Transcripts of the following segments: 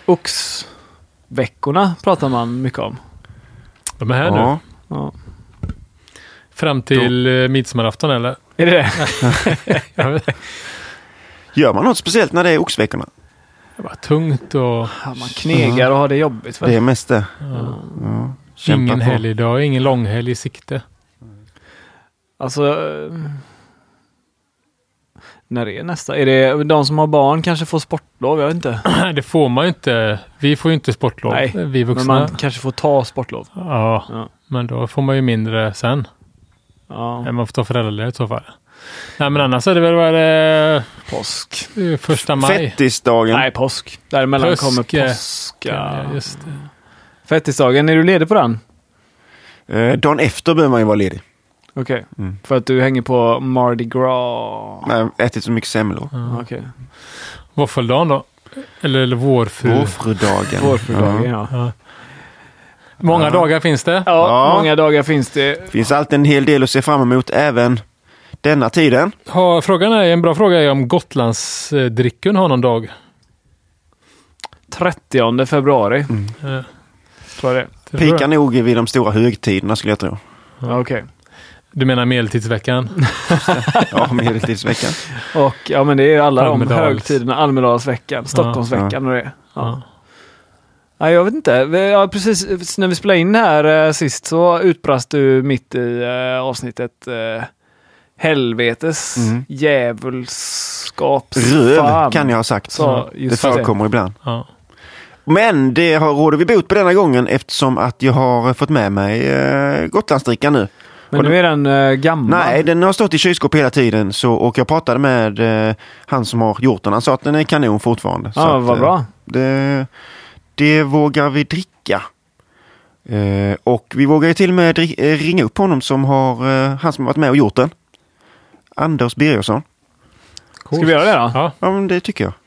Oxveckorna pratar man mycket om. De är här nu. Ja. Fram till midsommarafton, eller? Är det det? Gör man något speciellt när det är oxveckorna? Det var tungt och... Ja, man knegar och har det jobbigt. Det är mest det. Ja. Ingen helgdag, ingen långhelg i sikte. Alltså... När är nästa? Är det de som har barn kanske får sportlov? Jag vet inte. Det får man ju inte. Vi får ju inte sportlov. Nej, vi vuxna. men man kanske får ta sportlov. Ja, men då får man ju mindre sen. Ja. Man får ta föräldraledigt i så fall. Nej, men annars är det väl påsk. 1 maj. Fettisdagen. Nej, påsk. Däremellan kommer påsk. Ja, just det. Fettisdagen, är du ledig på den? Dagen efter behöver man ju vara ledig. Okej. För att du hänger på Mardi Gras. Nej, ätit så mycket semlor. Okej. Våffeldagen då? Eller Vårfrudagen. Vårfrudagen, ja. Många dagar finns det. Ja, många dagar finns det. Finns alltid en hel del att se fram emot även denna tiden. En bra fråga är om Gotlandsdricken har någon dag. 30 februari. Tror jag det. Pikar nog vid de stora högtiderna skulle jag tro. Ja, okej. Du menar medeltidsveckan? Ja, medeltidsveckan. Och ja, men det är alla de högtiderna. Almedalsveckan, Stockholmsveckan och det. Ja. Ja, jag vet inte. Ja, precis när vi spelade in här sist så utbrast du mitt i avsnittet helvetes djävulskaps röv kan jag ha sagt. Så, det förekommer ibland. Ja. Men det råder vi bot på denna gången eftersom att jag har fått med mig Gotlandsdrickan nu. Men nu är den gammal? Nej, den har stått i kylskåp hela tiden. Och jag pratade med han som har gjort den. Han sa att den är kanon fortfarande. Ja, så vad bra. Det vågar vi dricka. Och vi vågar ju till och med ringa upp honom som har han som har varit med och gjort den. Anders Birgersson. Cool. Ska vi göra det då? Ja, men det tycker jag.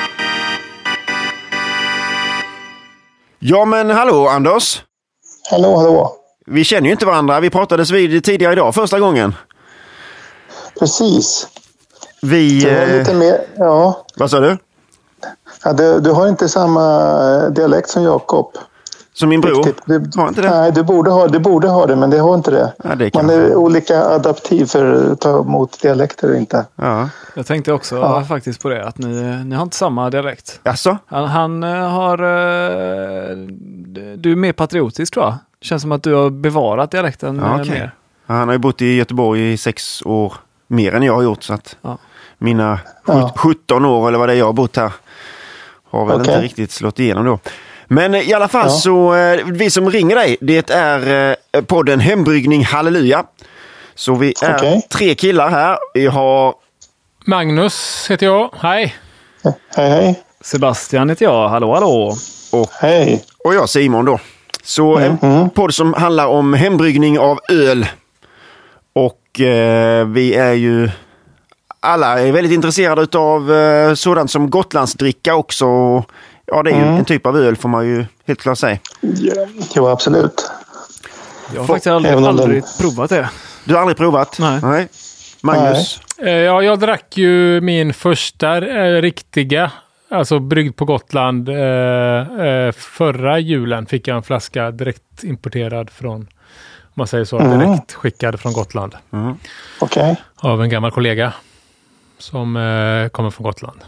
Ja, men hallå Anders. Hallå. Vi känner ju inte varandra. Vi pratades vid tidigare idag första gången. Precis. Vi... Det var lite mer... Ja. Vad sa du? Ja, du har inte samma dialekt som Jakob. Som min bror? Har inte det? Nej, du borde ha det, men det har inte det. Ja, det man är olika adaptiv för att ta emot dialekter och inte. Ja. Jag tänkte också faktiskt på det, att ni har inte samma dialekt. Jaså? Han har... Du är mer patriotisk, tror jag. Det känns som att du har bevarat dialekten mer. Ja, han har ju bott i Göteborg i 6 år mer än jag har gjort. Så att mina 17 år eller vad det är jag har bott här har väl inte riktigt slått igenom då. Men i alla fall så vi som ringer dig, det är podden Hembryggning Halleluja. Så vi är 3 killar här. Vi har Magnus heter jag. Hej. Hej. Sebastian heter jag. Hallå. Och hej. Och jag Simon då. Så en podd som handlar om hembryggning av öl. Och vi är ju alla är väldigt intresserade av sådant som Gotlandsdricka också. Ja, det är ju en typ av öl får man ju helt klart säga. Jo, absolut. Jag har faktiskt aldrig provat det. Du har aldrig provat? Nej. Magnus? Ja, jag drack ju min första riktiga, alltså bryggd på Gotland. Förra julen fick jag en flaska direkt importerad från, om man säger så, direkt skickad från Gotland. Okej. Av en gammal kollega som kommer från Gotland.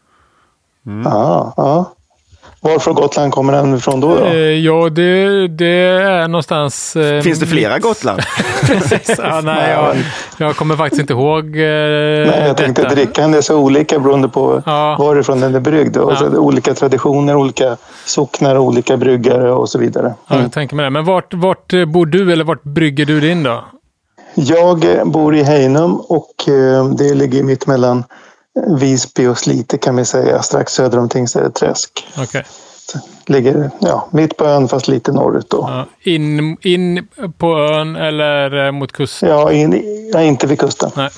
Ja. Var från Gotland kommer den ifrån då? Ja, det är någonstans... Finns det flera Gotland? Precis. Jag kommer faktiskt inte ihåg Nej, jag tänkte drickan är så olika beroende på varifrån den är bryggd. Och så olika traditioner, olika socknar, olika bryggare och så vidare. Ja, jag tänker med det. Men vart bor du eller vart brygger du din då? Jag bor i Hejnum och det ligger mitt mellan Visby och Slite kan vi säga, strax söder om Tingstedeträsk. Okej. Ligger mitt på ön fast lite norrut då. Ja, in på ön eller mot kusten? Ja, inte vid kusten. Nej.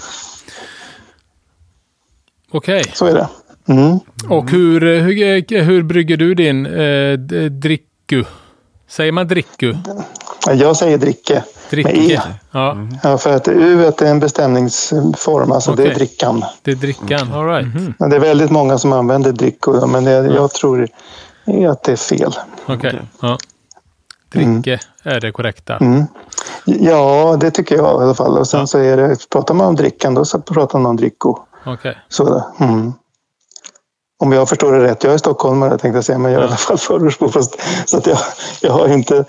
Okej. Så är det. Och hur brygger du din dricku? Säger man dricku? Jag säger dricke. Dricke. Ja, för att U är en bestämningsform, alltså det är drickan. Det är drickan, all right. Det är väldigt många som använder drickor, men jag tror att det är fel. Okej. Ja. Dricke är det korrekta. Ja, det tycker jag i alla fall. Och sen så är det, pratar man om drickan då så pratar man om dricko. Okej. Så, om jag förstår det rätt, jag är stockholmare tänkte jag säga, men jag är i alla fall förortsbo, så att jag har inte,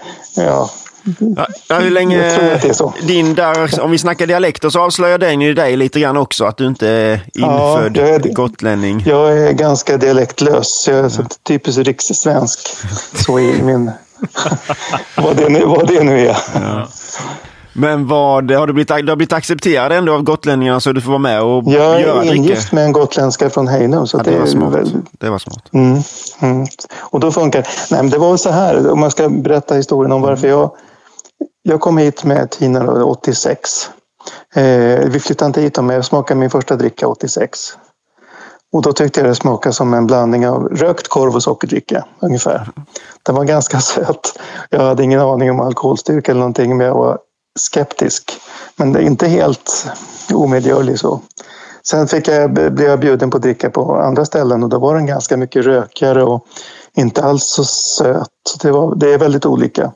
hur länge jag tror att det är så. Din där, om vi snackar dialekter så avslöjar den ju dig lite grann också, att du inte är infödd gotlänning. Jag är ganska dialektlös, jag är så typiskt rikssvensk, så i min vad det nu är. Ja. Men det har blivit accepterad ändå av gotlänningarna så du får vara med och göra dricka? Jag är ingift med en gotländska från Hejnum. Så det var smart. Det var smart. Och då funkar nej, men det var så här, om man ska berätta historien om varför jag kom hit med Tina 86. Vi flyttade inte hit och jag smakade min första dricka 86. Och då tyckte jag det smakade som en blandning av rökt korv och sockerdricka ungefär. Den var ganska söt. Jag hade ingen aning om alkoholstyrka eller någonting, men jag var skeptisk. Men det är inte helt omedgörlig så. Sen blev jag bjuden på att dricka på andra ställen och då var den ganska mycket rökigare och inte alls så söt. Det är väldigt olika.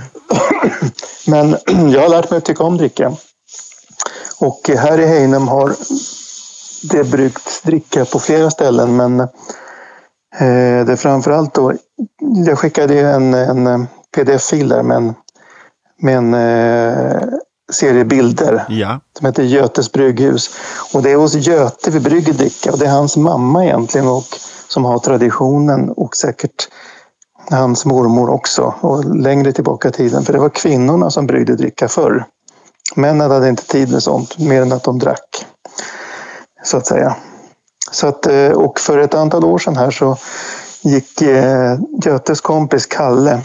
Men jag har lärt mig att tycka om dricka. Och här i Hejnum har det bryggt dricka på flera ställen, men det är framförallt då, jag skickade en pdf-fil där med en serie bilder som heter Götes brygghus. Och det är hos Göte vi brygger dricka och det är hans mamma egentligen och som har traditionen och säkert hans mormor också och längre tillbaka i tiden, för det var kvinnorna som bryggde dricka förr. Männen hade inte tid med sånt mer än att de drack, så att säga. Så att, och för ett antal år sedan här så gick Götes kompis Kalle,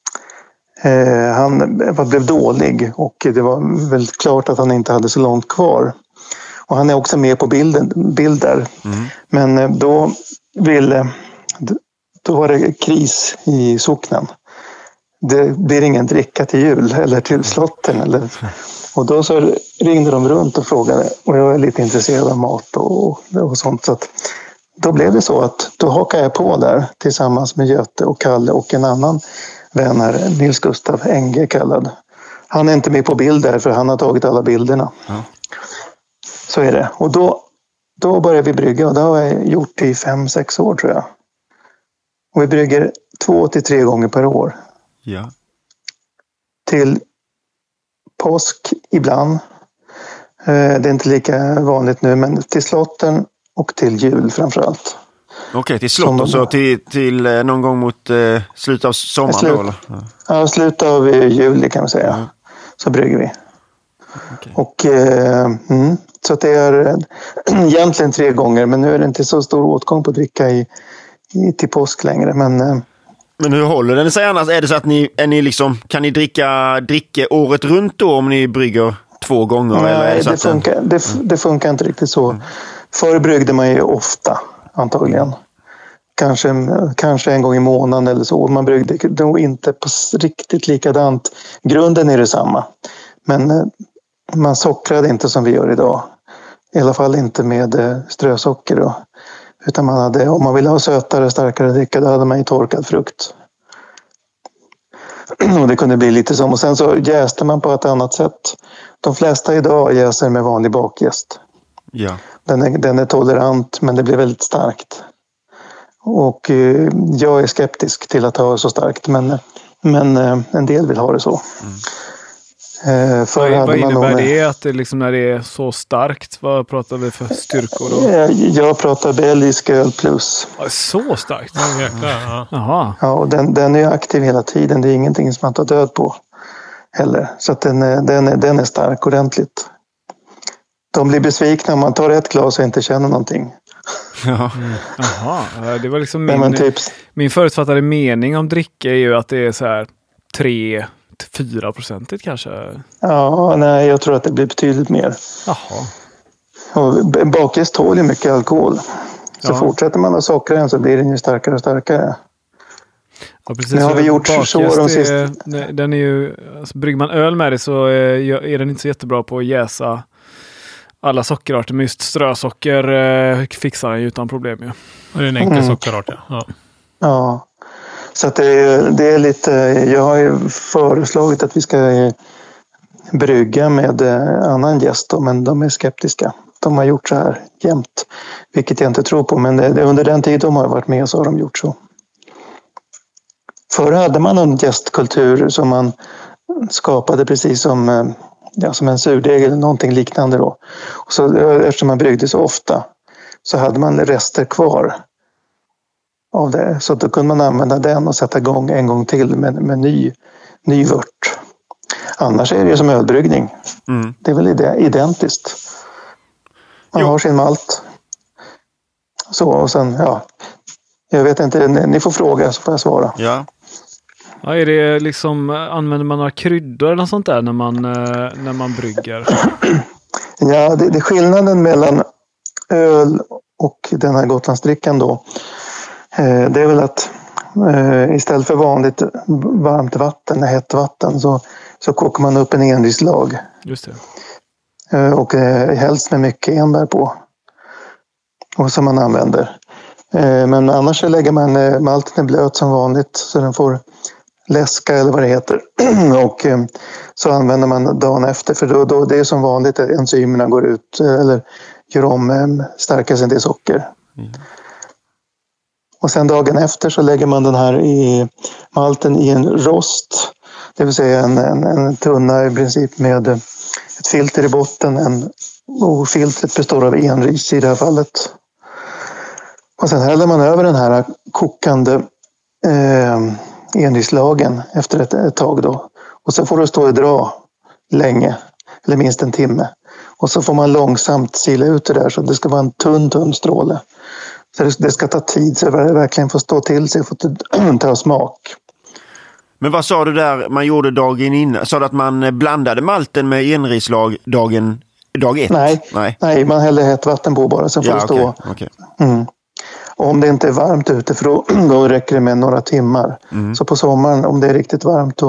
han blev dålig och det var väldigt klart att han inte hade så långt kvar. Och han är också med på bild där. Men då var det kris i socknen. Det blir ingen dricka till jul eller till slotten. Och då så ringde de runt och frågade, och jag är lite intresserad av mat och sånt. Så att då blev det så att då hakade jag på där tillsammans med Göte och Kalle och en annan vän här, Nils Gustav Enge kallad. Han är inte med på bild där för han har tagit alla bilderna. Ja. Så är det. Och då börjar vi brygga och det har jag gjort i 5-6 år tror jag. Och vi brygger 2 till 3 gånger per år. Ja. Till påsk ibland. Det är inte lika vanligt nu, men till slotten och till jul framförallt. Okej, till slotten så till någon gång mot slutet av sommaren då, eller? Ja, slutet av juli kan man säga. Så brygger vi. Okay. Och så att det är egentligen 3 gånger, men nu är det inte så stor åtgång på att dricka till påsk längre, Men hur håller den sig annars? Är det så att kan ni dricka året runt då om ni brygger 2 gånger? Nej, eller är det funkar inte riktigt så. Förr bryggde man ju ofta, antagligen. Kanske en gång i månaden eller så. Man bryggde då inte på riktigt likadant. Grunden är detsamma. Men man sockrade inte som vi gör idag. I alla fall inte med strösocker då. Utan man hade, om man ville ha sötare, starkare dricka, då hade man ju torkad frukt. Och det kunde bli lite som. Och sen så jäste man på ett annat sätt. De flesta idag jäser med vanlig bakjäst. Ja. Den är tolerant, men det blir väldigt starkt. Och jag är skeptisk till att ha det så starkt. Men en del vill ha det så. Vad innebär det att det liksom när det är så starkt? Vad pratar vi för styrkor då? Jag pratar belgisk öl plus. Så starkt? Jaha. Ja, och den är aktiv hela tiden. Det är ingenting som man tar död på heller. Så att den är stark ordentligt. De blir besvikna om man tar ett glas och inte känner någonting. Ja. Jaha, det var liksom min förutfattade mening om dricka är ju att det är så här 3-4% kanske. Ja, nej, jag tror att det blir betydligt mer. Jaha. Och bakjäst tål ju mycket alkohol. Så fortsätter man att sockra den så blir den ju starkare och starkare. Ja, precis. Nu har vi gjort så de sista. Den är ju, alltså, brygger man öl med det så är den inte så jättebra på att jäsa alla sockerarter. Men just strösocker fixar den ju utan problem. Ja. Och det är en enkel sockerart, ja. Ja. Så att det är lite, jag har ju föreslagit att vi ska brygga med annan jäst då, men de är skeptiska. De har gjort så här jämt, vilket jag inte tror på, men under den tid de har varit med så har de gjort så. Förr hade man en jästkultur som man skapade precis som en surdeg eller någonting liknande då. Och så, eftersom man bryggde så ofta så hade man rester kvar av det. Så då kunde man använda den och sätta igång en gång till med ny vört. Annars är det ju som ölbryggning. Mm. Det är väl identiskt. Man har sin malt. Så och sen, jag vet inte, ni får fråga så får jag svara. Ja. Ja, är det liksom, använder man några kryddor eller något sånt där när man brygger? Ja, det är skillnaden mellan öl och den här Gotlandsdrickan då. Det är väl att istället för vanligt varmt vatten, hett vatten, så kokar man upp en enrislag. Just det. Och helst med mycket enbär på. Och som man använder. Men annars så lägger man malten i blöt som vanligt så den får läska eller vad det heter. Och så använder man dagen efter, för då det är som vanligt att enzymerna går ut eller gör om stärkelsen till socker. Mm. Och sen dagen efter så lägger man den här i malten i en rost. Det vill säga en tunna i princip med ett filter i botten. Och filtret består av enris i det här fallet. Och sen häller man över den här kokande enrislagen efter ett tag då. Och så får det stå och dra länge, eller minst en timme. Och så får man långsamt sila ut det där så det ska vara en tunn stråle. Så det ska ta tid så det verkligen får stå till sig och få ta smak. Men vad sa du där man gjorde dagen innan? Sa du att man blandade malten med enrislag dag ett? Nej, man häller hett vatten på bara så får det stå. Okay. Mm. Och om det inte är varmt ute, för då räcker det med några timmar. Mm. Så på sommaren, om det är riktigt varmt,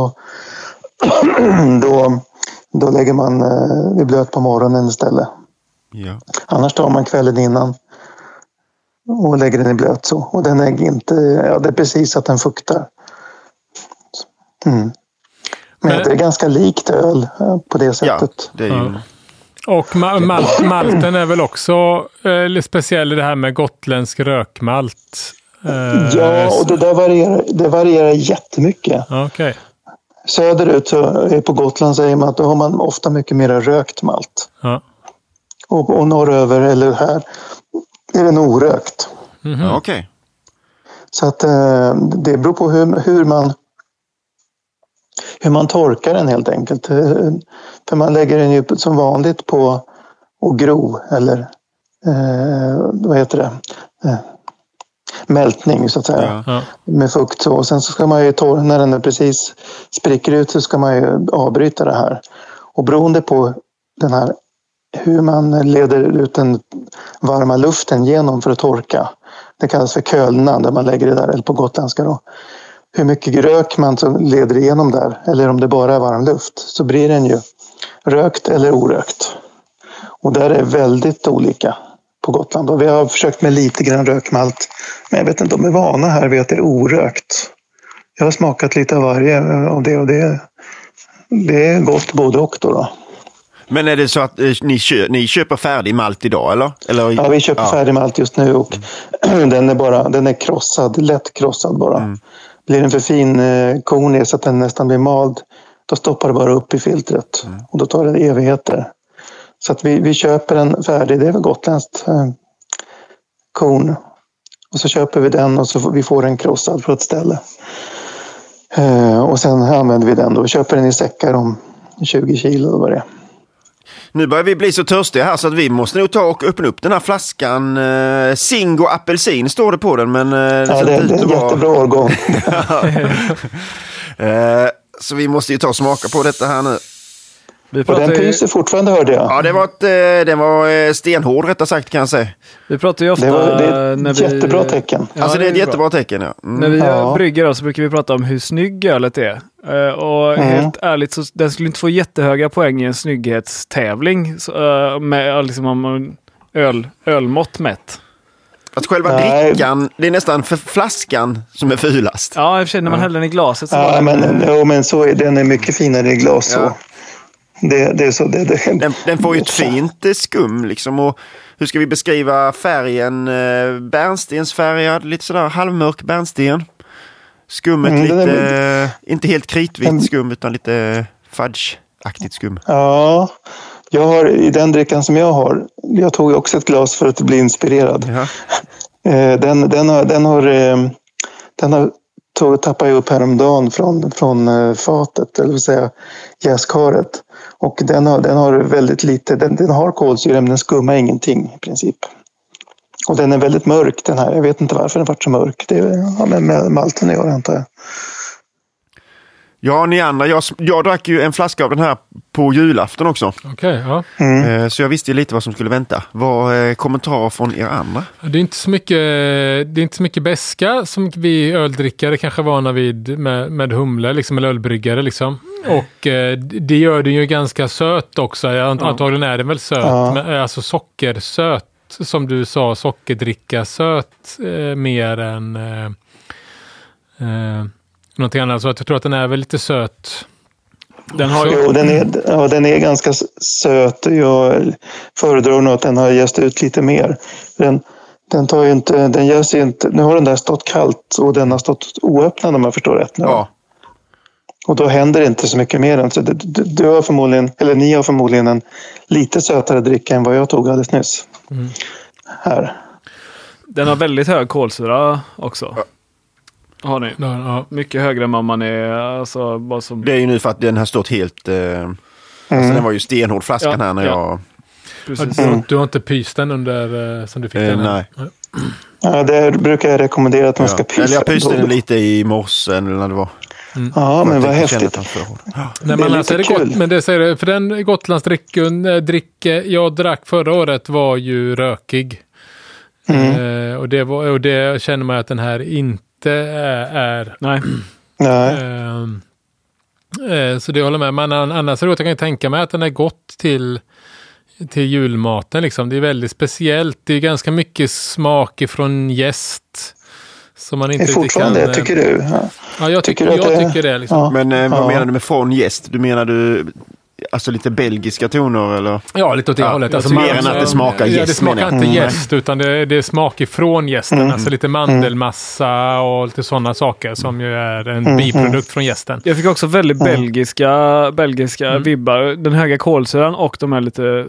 då lägger man i blöt på morgonen istället. Ja. Annars tar man kvällen innan och lägger den i blöt så. Och den är inte, det är precis att den fuktar. Mm. Men det är ganska likt öl på det sättet. Ja, det är ju... Och malten är väl också speciell i det här med gotländsk rökmalt? Ja, och det varierar jättemycket. Okay. Söderut på Gotland säger man att då har man ofta mycket mer rökt malt. Ja. Och norröver eller här är den orökt. Mm-hmm. Okay. Så att det beror på hur man torkar den helt enkelt. För man lägger den ju som vanligt på och gro eller vad heter det? Mältning så att säga. Ja. Med fukt så. Och sen så ska man ju när den precis spricker ut så ska man ju avbryta det här. Och beroende på den här hur man leder ut den varma luften genom för att torka. Det kallas för kölna där man lägger det där, eller på gotländska då. Hur mycket rök man så leder igenom där, eller om det bara är varm luft, så blir den ju rökt eller orökt. Och där är väldigt olika på Gotland. Och vi har försökt med lite grann rökmalt, men jag vet inte om de är vana här vid att det är orökt. Jag har smakat lite av varje av det och det är gott både och då. Men är det så att ni köper färdig malt idag eller? Ja, vi köper färdig malt just nu och den är krossad, lätt krossad bara. Mm. Blir den för fin kornig så att den nästan blir mald, då stoppar det bara upp i filtret. Mm. Och då tar det evigheter. Så att vi köper en färdig, det är väl gotländskt korn. Och så köper vi den och så vi får den krossad på ett ställe. Och sen använder vi den då. Vi köper den i säckar om 20 kilo eller vad det är. Nu börjar vi bli så törstiga här så att vi måste nog ta och öppna upp den här flaskan. Zingo apelsin står det på den. Men, det är en jättebra årgång. Så vi måste ju ta och smaka på detta här nu. Och den pyser fortfarande, hörde jag. Ja, den var stenhård rättare sagt kan jag säga. Vi pratar ju ofta... Det är ett jättebra tecken. Alltså det är ett jättebra tecken, ja. Mm. När vi brygger så brukar vi prata om hur snygg ölet är. Och helt ärligt så den skulle inte få jättehöga poäng i en snygghetstävling med liksom om ölmått mätt. Att själva drickan, det är nästan för flaskan som är fulast. Ja, jag känner man häller den i glaset. Så men så är den är mycket finare i glas. Ja. Så. Det är så. Den får ju ett fint skum liksom. Och hur ska vi beskriva färgen? Bärnstensfärgad, lite sådär halvmörk bärnsten. Skummet lite, inte helt kritvitt skum utan lite fudge-aktigt skum. Ja, jag har i den drickan som jag tog också ett glas för att bli inspirerad. Den har tappade jag upp häromdagen från fatet, eller vill säga jäskaret. Och den har väldigt lite, den har kolsyra men den skummar ingenting i princip. Och den är väldigt mörk den här, jag vet inte varför den varit så mörk. Det har med malten att göra, antar jag. Ja, ni andra, jag drack ju en flaska av den här på julafton också. Okej, ja. Så jag visste ju lite vad som skulle vänta. Vad är kommentarer från er andra? Det är inte så mycket beska som vi öldrickare kanske är vana vid med humle, liksom, eller ölbryggare. Liksom. Och det gör den ju ganska söt också. Antagligen är den väl söt, men, alltså sockersöt. Som du sa, sockerdricka söt mer än någonting annat. Så att jag tror att den är väl lite söt. Den är ganska söt. Jag föredrar nog att den har jäst ut lite mer. Den tar ju inte, den jäser inte. Nu har den där stått kallt och den har stått oöppnad om jag förstår rätt nu. Ja. Och då händer det inte så mycket mer än så. Du har förmodligen, eller ni har förmodligen en lite sötare dricka än vad jag tog alldeles nyss. Här. Den har väldigt hög kolsyra också. Har ni? Ja. Mycket högre än vad man är. Alltså, bara som... Det är ju nu för att den har stått helt... Alltså den var ju stenhård flaskan här när jag... Du har inte pyst den under som du fick den här? Nej. Ja, det brukar jag rekommendera att man ska pysa. Eller jag pyste den lite i morse eller när det var. Ja, men vad häftigt. Nej, men alltså är det gott, men det säger för den Gotlandsdricke jag drack förra året var ju rökig. Och det känner man att den här inte är. Nej. Så det håller med. Men annars är det gott, jag kan tänka mig att den är gott till julmaten liksom. Det är väldigt speciellt. Det är ganska mycket smak ifrån jäst. Som man inte är fortfarande kan, tycker du? Ja, jag tycker det liksom. Ja. Men vad menar du med från jäst? Du menar alltså lite belgiska toner eller? Ja, lite åt det hållet. Alltså, mer än att det smakar jäst. Ja, det smakar inte jäst utan det är smak ifrån jästen. Alltså lite mandelmassa och lite sådana saker som ju är en biprodukt från jästen. Jag fick också väldigt belgiska vibbar. Den höga kolsyran och de här lite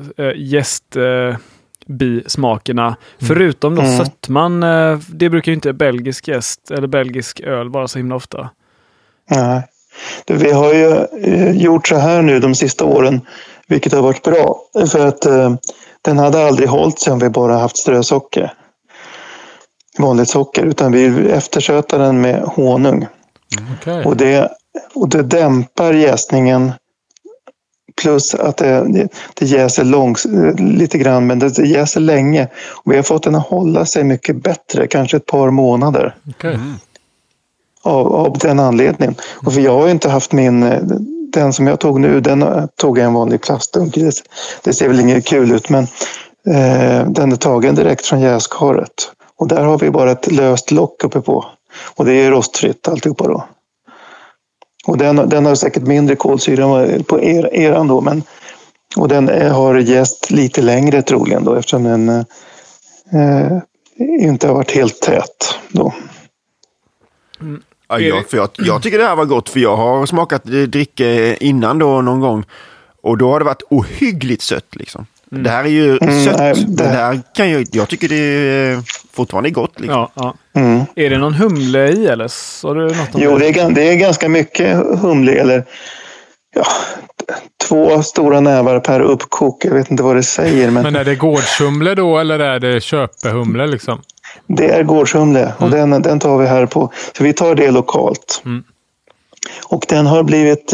bismakerna. Förutom då sötman, det brukar ju inte belgisk jäst eller belgisk öl vara så himla ofta. Nej. Vi har ju gjort så här nu de sista åren, vilket har varit bra. För att den hade aldrig hållit sig om vi bara haft strösocker. Vanligt socker. Utan vi eftersötar den med honung. Okay. Och det dämpar jäsningen. Plus att det jäser lite grann, men det jäser länge. Och vi har fått den att hålla sig mycket bättre, kanske ett par månader. Okay. Av den anledningen. Och för jag har ju inte haft den som jag tog nu, den tog jag en vanlig plastdunk. Det ser väl inget kul ut, men den är tagen direkt från jäskaret. Och där har vi bara ett löst lock uppe på. Och det är rostfritt alltihopa då. Och den har säkert mindre kolsyra på eran då, men och den har jäst lite längre troligen då, eftersom den inte har varit helt tät då. Jag tycker det här var gott, för jag har smakat dricka innan då någon gång och då har det varit ohyggligt sött liksom. Det här är ju sött, men det här jag tycker det är fortfarande gott liksom. Ja. Är det någon humle i eller så? Det något jo, det är ganska mycket humle, eller 2 stora nävar per uppkok. Jag vet inte vad det säger. Men är det gårdshumle då eller är det köpehumle liksom? Det är gårdshumle och den tar vi här på. Så vi tar det lokalt. Och den har blivit...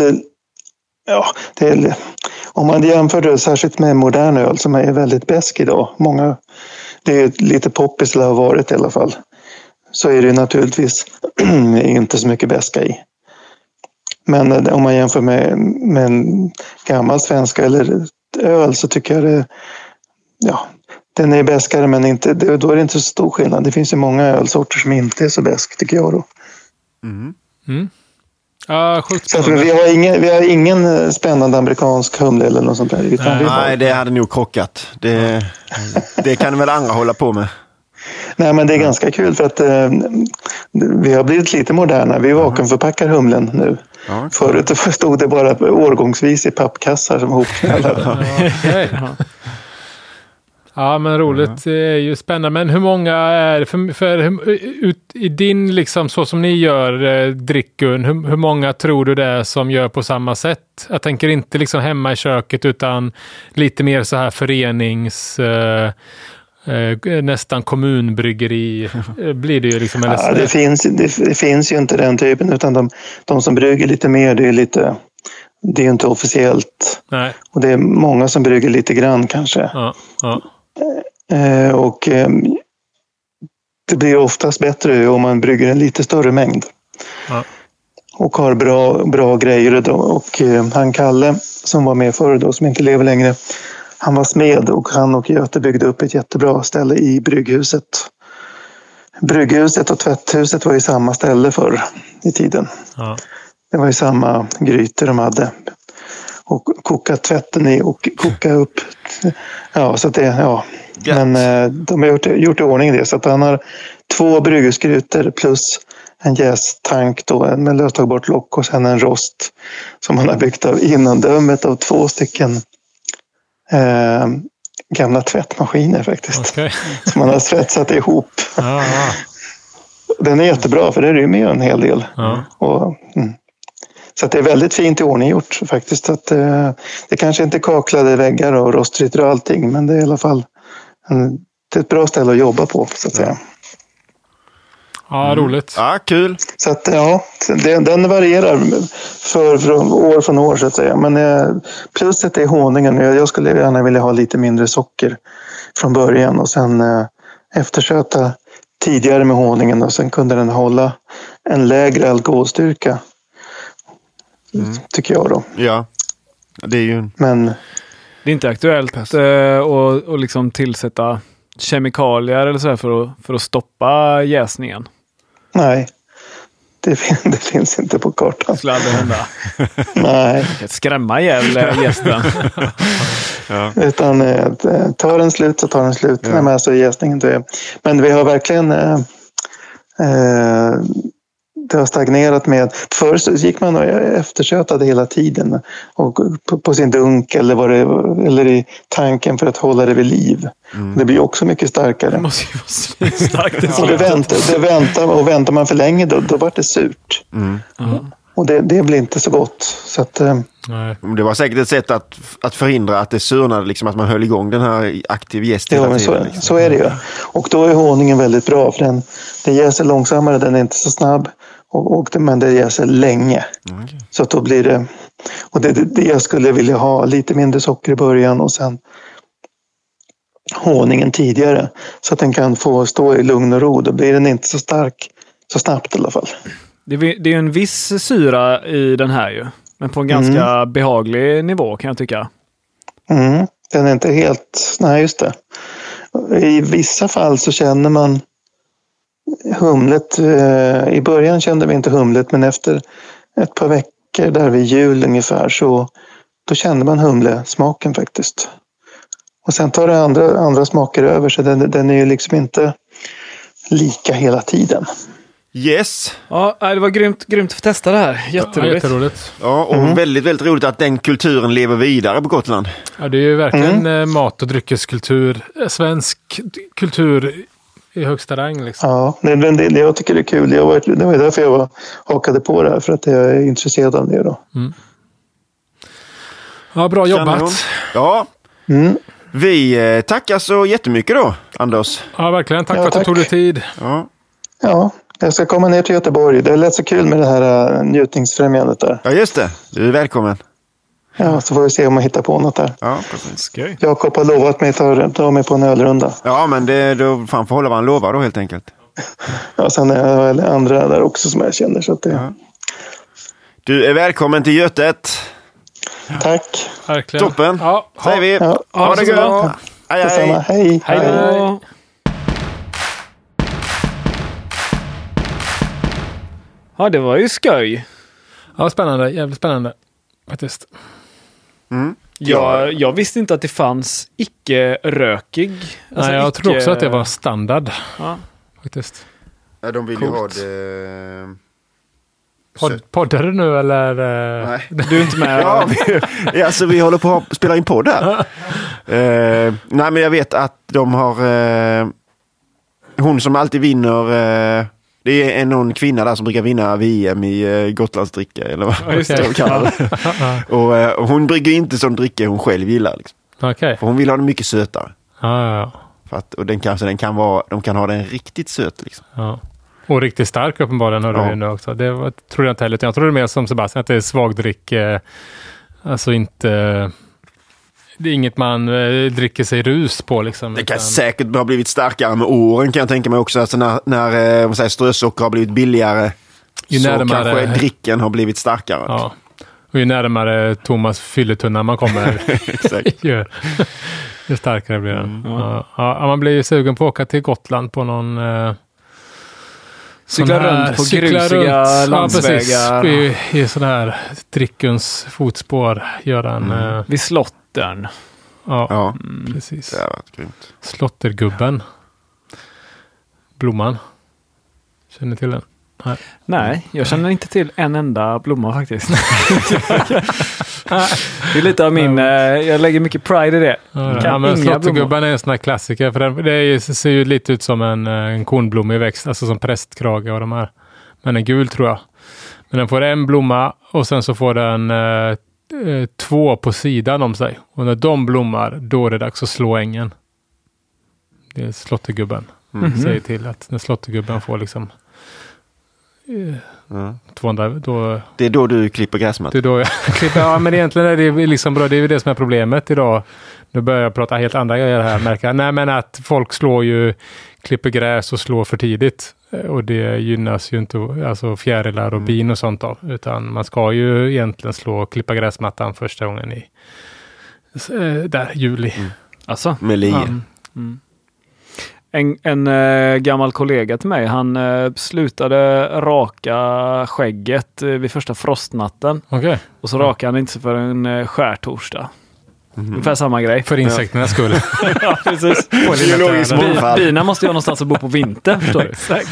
om man jämför det särskilt med modern öl som är väldigt besk idag. Det är lite poppis eller har varit i alla fall. Så är det naturligtvis inte så mycket beska i. Men om man jämför med en gammal svenska eller öl så tycker jag Den är bäskare, men inte, då är det inte så stor skillnad. Det finns ju många ölsorter som inte är så bäsk, tycker jag då. Så vi har ingen spännande amerikansk humle eller något sånt där. Nej, det hade nog krockat. Det kan väl andra hålla på med. Nej, men det är ganska kul för att vi har blivit lite moderna. Vi vakuumförpackar humlen nu. Ja, förut stod det bara årgångsvis i pappkassar som hopknallade. Ja, men roligt. Det är ju spännande. Men hur många är det för i din, liksom så som ni gör drickun, hur många tror du det är som gör på samma sätt? Jag tänker inte liksom hemma i köket, utan lite mer så här förenings... nästan kommunbryggeri blir det ju liksom. Det finns ju inte den typen, utan de som brygger lite mer, det är inte officiellt. Nej. Och det är många som brygger lite grann kanske. Och det blir oftast bättre om man brygger en lite större mängd. Och har bra grejer. Och han Kalle som var med förr då, som inte lever längre, han var smed och han och Göte byggde upp ett jättebra ställe i Brygghuset. Brygghuset och tvätthuset var i samma ställe förr i tiden. Det var ju samma grytor de hade. Och koka tvätten i och koka upp. Ja, så att det, Men de har gjort i ordning det. Så att han har 2 brygghusgrytor plus en jästank då, med löstagbart lock och sen en rost som han har byggt av innandömet av 2 stycken gamla tvättmaskiner faktiskt. Okay. Som man har svetsat ihop. Den är jättebra, för det är ju med en hel del. Så att det är väldigt fint i ordning gjort faktiskt. Att, det kanske inte är kaklade väggar och rostfritt och allting, men det är i alla fall det är ett bra ställe att jobba på, så att säga. Ja, roligt. Ja, kul. Så att den varierar från år från år, så att säga. Men pluset är honungen. Jag skulle gärna vilja ha lite mindre socker från början och sen eftersöta tidigare med honungen, och sen kunde den hålla en lägre alkoholstyrka. Tycker jag då. Ja, det är ju... Men det är inte aktuellt att liksom tillsätta kemikalier eller så här för att stoppa jäsningen. Nej, det finns inte på kartan. Skulle aldrig hända. Nej. Skrämma ihjäl gästen. Utan tar den slut så tar den slut. Nej, men alltså jäsningen det. Men vi har verkligen det har stagnerat med. Förr så gick man och eftersötade hela tiden och på sin dunk eller i tanken för att hålla det vid liv. Det blir också mycket starkare. Det måste ju vara starkt. Och väntar man för länge då var det surt. Och det blir inte så gott. Så att, det var säkert ett sätt att förhindra att det surnade, liksom att man höll igång den här aktiv jäst hela tiden. Liksom. Så är det ju. Och då är honungen väldigt bra, för den jäser långsammare, den är inte så snabb. Men det jäser länge. Så att då blir det... Och det jag skulle vilja ha lite mindre socker i början och sen honungen tidigare. Så att den kan få stå i lugn och ro. Då blir den inte så stark så snabbt i alla fall. Det är en viss syra i den här ju. Men på en ganska behaglig nivå, kan jag tycka. Den är inte helt... Nej, just det. I vissa fall så känner man humlet. I början kände vi inte humlet, men efter ett par veckor där vid jul ungefär så då kände man humlesmaken faktiskt. Och sen tar det andra smaker över, så den är ju liksom inte lika hela tiden. Yes. Ja, det var grymt att testa det här. Jätteroligt. Ja, och väldigt, väldigt roligt att den kulturen lever vidare på Gotland. Ja, det är ju verkligen mat- och dryckeskultur. Svensk kultur i högsta rang. Liksom. Ja, det jag tycker det är kul. Det var därför jag hakade på det här, för att jag är intresserad av det då. Ja, bra jobbat. Ja. Vi tackar så jättemycket då, Anders. Ja, verkligen. Tack för att du tog dig tid. Ja, jag ska komma ner till Göteborg. Det lät så kul med det här njutningsfrämjandet där. Ja, just det. Du är välkommen. Ja, så får vi se om man hittar på något där. Ja, precis. Skoj. Jakob har lovat mig att ta mig på en ölrunda. Ja, men då får hålla vad han lovar då, helt enkelt. Ja, sen är det andra där också som jag känner. Så att det... Ja. Du är välkommen till Götet. Tack. Verkligen. Toppen. Ja, säger vi. Ja. Ha det gött. Hej. Hej då. Ja, det var ju skoj. Ja, spännande. Jävligt spännande. Faktiskt. Jag visste inte att det fanns icke-rökig. Alltså nej, jag tror också att det var standard. Ja. Faktiskt. Ja, de vill ju ha det... Poddar du nu eller? Nej. Du är inte med? Alltså vi håller på att spela in podd här. Nej, men jag vet att de har... hon som alltid vinner... det är någon kvinna där som brukar vinna VM i Gotlandsdricka eller vad de kallar det. Och hon brygger inte sån dricka hon själv gillar. Liksom. Okay. För hon vill ha den mycket sötare. Ja. För att, och de kan ha den riktigt söt. Liksom. Ja. Och riktigt stark uppenbarligen hör du nu också. Det tror jag inte heller. Jag tror det är mer som Sebastian att det är svagdrick. Alltså inte... Det är inget man dricker sig rus på liksom. Det kan säkert ha blivit starkare med åren kan jag tänka mig också. Alltså när strösocker har blivit billigare så kanske dricken har blivit starkare. Ja. Och ju närmare Thomas fylletunna man kommer ju starkare blir den. Ja, man blir ju sugen på att åka till Gotland på någon... Cykla runt på grusiga landsvägar. I sådana här drickens fotspår. Göra en... Vid slottern. Ja, precis. Det har varit grymt. Slottergubben. Blomman. Känner till den? Nej, jag känner inte till en enda blomma faktiskt. Det är lite av min... jag lägger mycket pride i det. Ja, men slottergubben är en sån här klassiker. För det ser ju lite ut som en kornblommig växt. Alltså som prästkrage och de här. Men en gul tror jag. Men den får en blomma och sen så får den 2 på sidan om sig. Och när de blommar, då är det dags att slå ängen. Det är slottergubben. Säger till att när slottergubben får liksom 200, då... Det är då du klipper gräsmattan. Det är då jag klipper, ja, men egentligen är det liksom bra. Det är ju det som är problemet idag. Nu börjar jag prata helt andra grejer här, märker jag. Nej, men att folk klipper gräs och slår för tidigt. Och det gynnas ju inte, alltså fjärilar och bin och sånt då. Utan man ska ju egentligen klippa gräsmattan första gången i juli. Alltså? Med lie. En gammal kollega till mig, han slutade raka skägget vid första frostnatten. Okay. Och så rakade han inte för en skärtorsdag. Ungefär samma grej. För insekternas skull. Ja, precis. Bina måste ju ha någonstans att bo på vinter, förstår du. Exakt.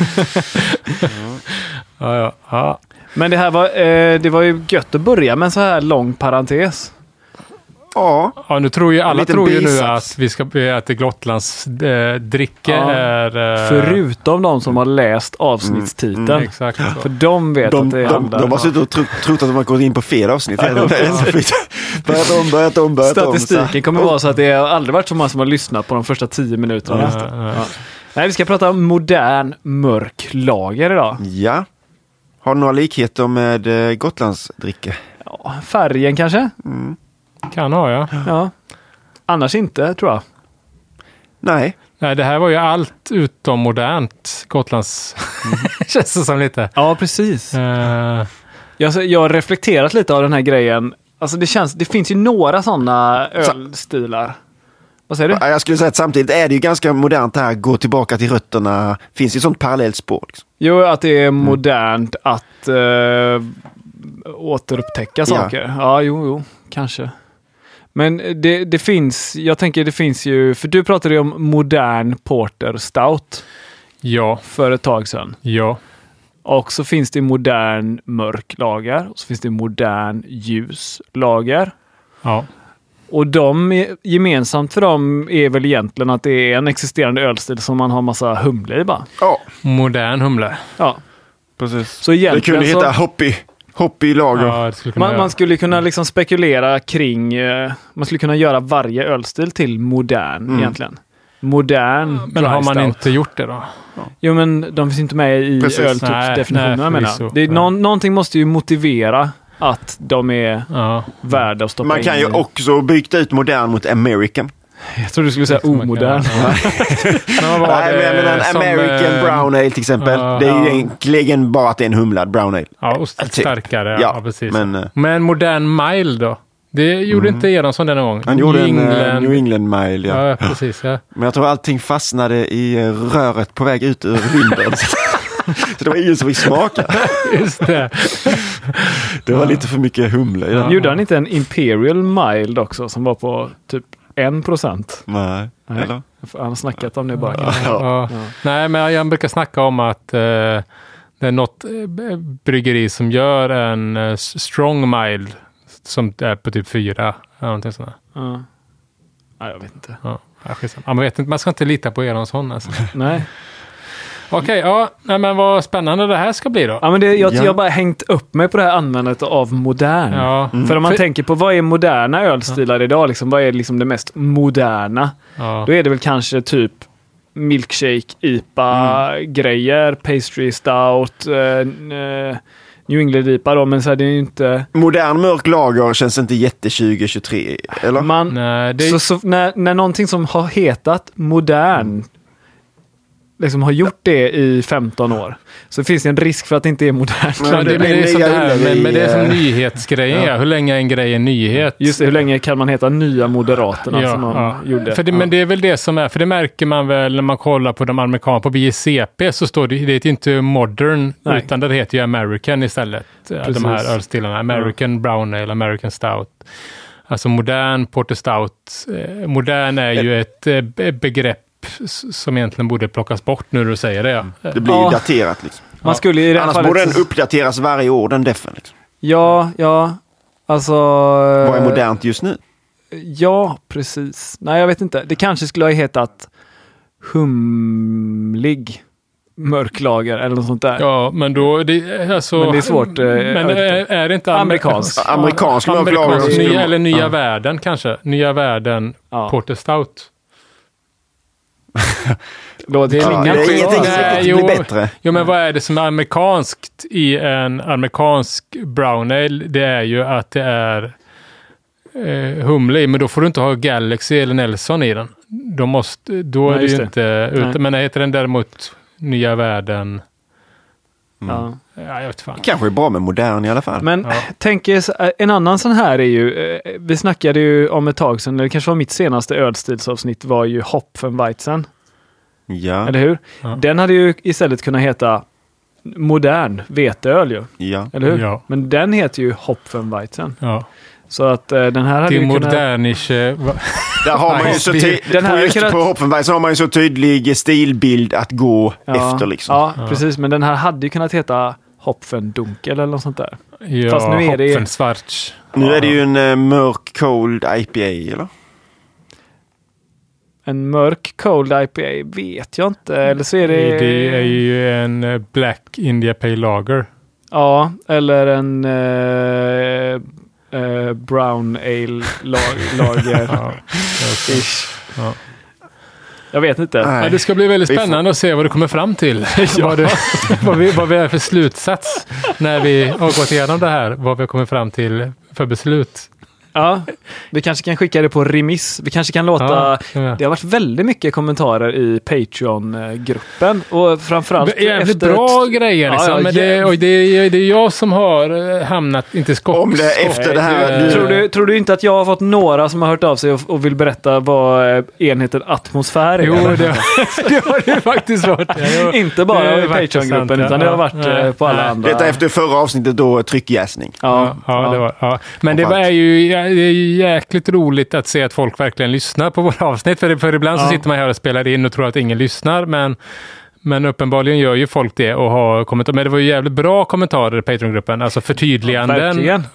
Ja. Men det var ju gött att börja med en så här lång parentes. Ja, nu tror ju alla nu att vi ska att Gotlands dricka är... Förutom de som har läst avsnittstiteln. Exakt. För de vet att det handlar... De har suttit och trott att de har gått in på fel avsnitt. Börjat om. Statistiken kommer vara så att det har aldrig varit så många som har lyssnat på de första 10 minuterna. Nej, vi ska prata om modern mörk lager idag. Ja. Har du några likheter med Gotlands dricka? Ja, färgen kanske? Kan ha, ja. Annars inte, tror jag. Nej, det här var ju allt utom modernt Gotlands. Känns det som lite. Ja, precis. Jag har reflekterat lite av den här grejen. Alltså det finns ju några sådana ölstilar. Vad säger du? Jag skulle säga att samtidigt är det ju ganska modernt här. Gå tillbaka till rötterna. Finns ju sånt parallellt spår. Liksom. Jo, att det är modernt att återupptäcka saker. Ja, jo, kanske. Men det finns, jag tänker det finns ju, för du pratade ju om modern porter stout. Ja. För ett tag sedan. Ja. Och så finns det modern mörk lager. Och så finns det modern ljus lager. Ja. Och gemensamt för dem är väl egentligen att det är en existerande ölstil som man har massa humle i bara. Ja. Modern humle. Ja. Precis. Så egentligen det kunde heta hoppy lager. Ja, man skulle kunna liksom spekulera kring... man skulle kunna göra varje ölstil till modern egentligen. Modern. Men har man inte gjort det då? Ja. Jo, men de finns inte med i öltypsdefinitionerna, menar jag. Någonting måste ju motivera att de är värda att stoppa in. Man kan ju också byta ut modern mot American. Jag tror du skulle säga omodern. Men American Brown Ale till exempel. Det är ju egentligen bara att det är en humlad Brown Ale. Ja, och starkare. Ja, precis. Men modern mild då? Det gjorde inte Eronsson denna gång. Han gjorde en New England Mile. Ja, precis. Ja. Men jag tror allting fastnade i röret på väg ut ur vinden. Så det var ingen som fick smaka. Just det. Det var lite för mycket humle i den. Gjorde han inte en Imperial Mild också som var på typ 1%? Nej. Eller? Han har snackat om det bara. Ja. Nej, men jag brukar snacka om att det är något bryggeri som gör en strong mild som är på typ 4 eller någonting sånt. Ja. Nej, jag vet inte. Man vet inte, man ska inte lita på Eronsson alltså. Nej. Okej, men vad spännande det här ska bli då. Ja, men jag har bara hängt upp mig på det här användandet av modern. Ja. För om man tänker på vad är moderna ölstilar idag, liksom, vad är liksom det mest moderna? Ja. Då är det väl kanske typ milkshake, IPA-grejer, pastry stout, New England IPA då, men så här, det är ju inte... Modern mörk lager känns inte jätte 2023, eller? Nej, så när någonting som har hetat modern liksom har gjort det i 15 år, så finns det en risk för att det inte är modernt. Men det är som nyhetsgrejen. Ja. Hur länge är en grej en nyhet? Just det, hur länge kan man heta nya Moderaterna som man gjorde? Men det är väl det som är, för det märker man väl när man kollar på de amerikaner på BJCP, så står det är inte modern, utan det heter ju American istället. Precis. De här ölstilarna. American Brown Ale, American Stout. Alltså modern Porter Stout. Modern är ju ett begrepp som egentligen borde plockas bort nu när du säger det. Det blir ju daterat liksom. Man skulle i annars borde den uppdateras varje år, den defen. Liksom. Ja. Alltså... Vad är modernt just nu? Ja, precis. Nej, jag vet inte. Det kanske skulle ha hetat humlig mörklager eller något sånt där. Ja, men då... men det är svårt. Men är det inte amerikansk mörklager? Eller nya världen kanske. Nya världen Porter Stout. Det är ingenting blir bättre. Jo, men vad är det som är amerikanskt i en amerikansk brown ale? Det är ju att det är humle, men då får du inte ha Galaxy eller Nelson i den. Då är det ju inte ute. Men heter den däremot Nya världen? Ja, jag vet fan. Kanske är bra med modern i alla fall. Men tänk en annan sån här är ju, vi snackade ju om ett tag sedan, eller kanske var mitt senaste ölstilsavsnitt, var ju Hopfenweizen. Ja. Eller hur? Ja. Den hade ju istället kunnat heta modern veteöl ju. Ja. Eller hur? Ja. Men den heter ju Hopfenweizen. Ja. Så att den här hade ju modernische... Där har man ju så på Hopfenweizen har man ju så tydlig stilbild att gå efter liksom. Ja, precis. Men den här hade ju kunnat heta Hopfendunkel eller något sånt där. Ja, fast nu är det Hopfensvarts. Nu är det ju en mörk cold IPA, eller? En mörk cold IPA vet jag inte. Eller så är det... Det är ju en Black India Pale Lager. Ja, eller en Brown Ale Lager. Ja. Jag vet inte. Men det ska bli väldigt spännande att se vad du kommer fram till. vad vi är för slutsats när vi har gått igenom det här. Vad vi kommer fram till för beslut. Ja, vi kanske kan skicka det på remiss. Vi kanske kan låta... Det har varit väldigt mycket kommentarer i Patreon-gruppen. Och framförallt efter... Bra grejer liksom. Men det är jag som har hamnat inte skott. Om det efter det här... Tror du inte att jag har fått några som har hört av sig och vill berätta vad enheten atmosfär är? Jo, det har det faktiskt varit. Inte bara i Patreon-gruppen, utan det har varit på alla andra. Detta efter förra avsnittet då tryckjäsning. Ja, det var... Men det var ju... Det är jäkligt roligt att se att folk verkligen lyssnar på våra avsnitt. För ibland så sitter man här och spelar in och tror att ingen lyssnar. Men uppenbarligen gör ju folk det och har kommentarer. Men det var ju jävligt bra kommentarer i Patreon-gruppen. Alltså förtydliganden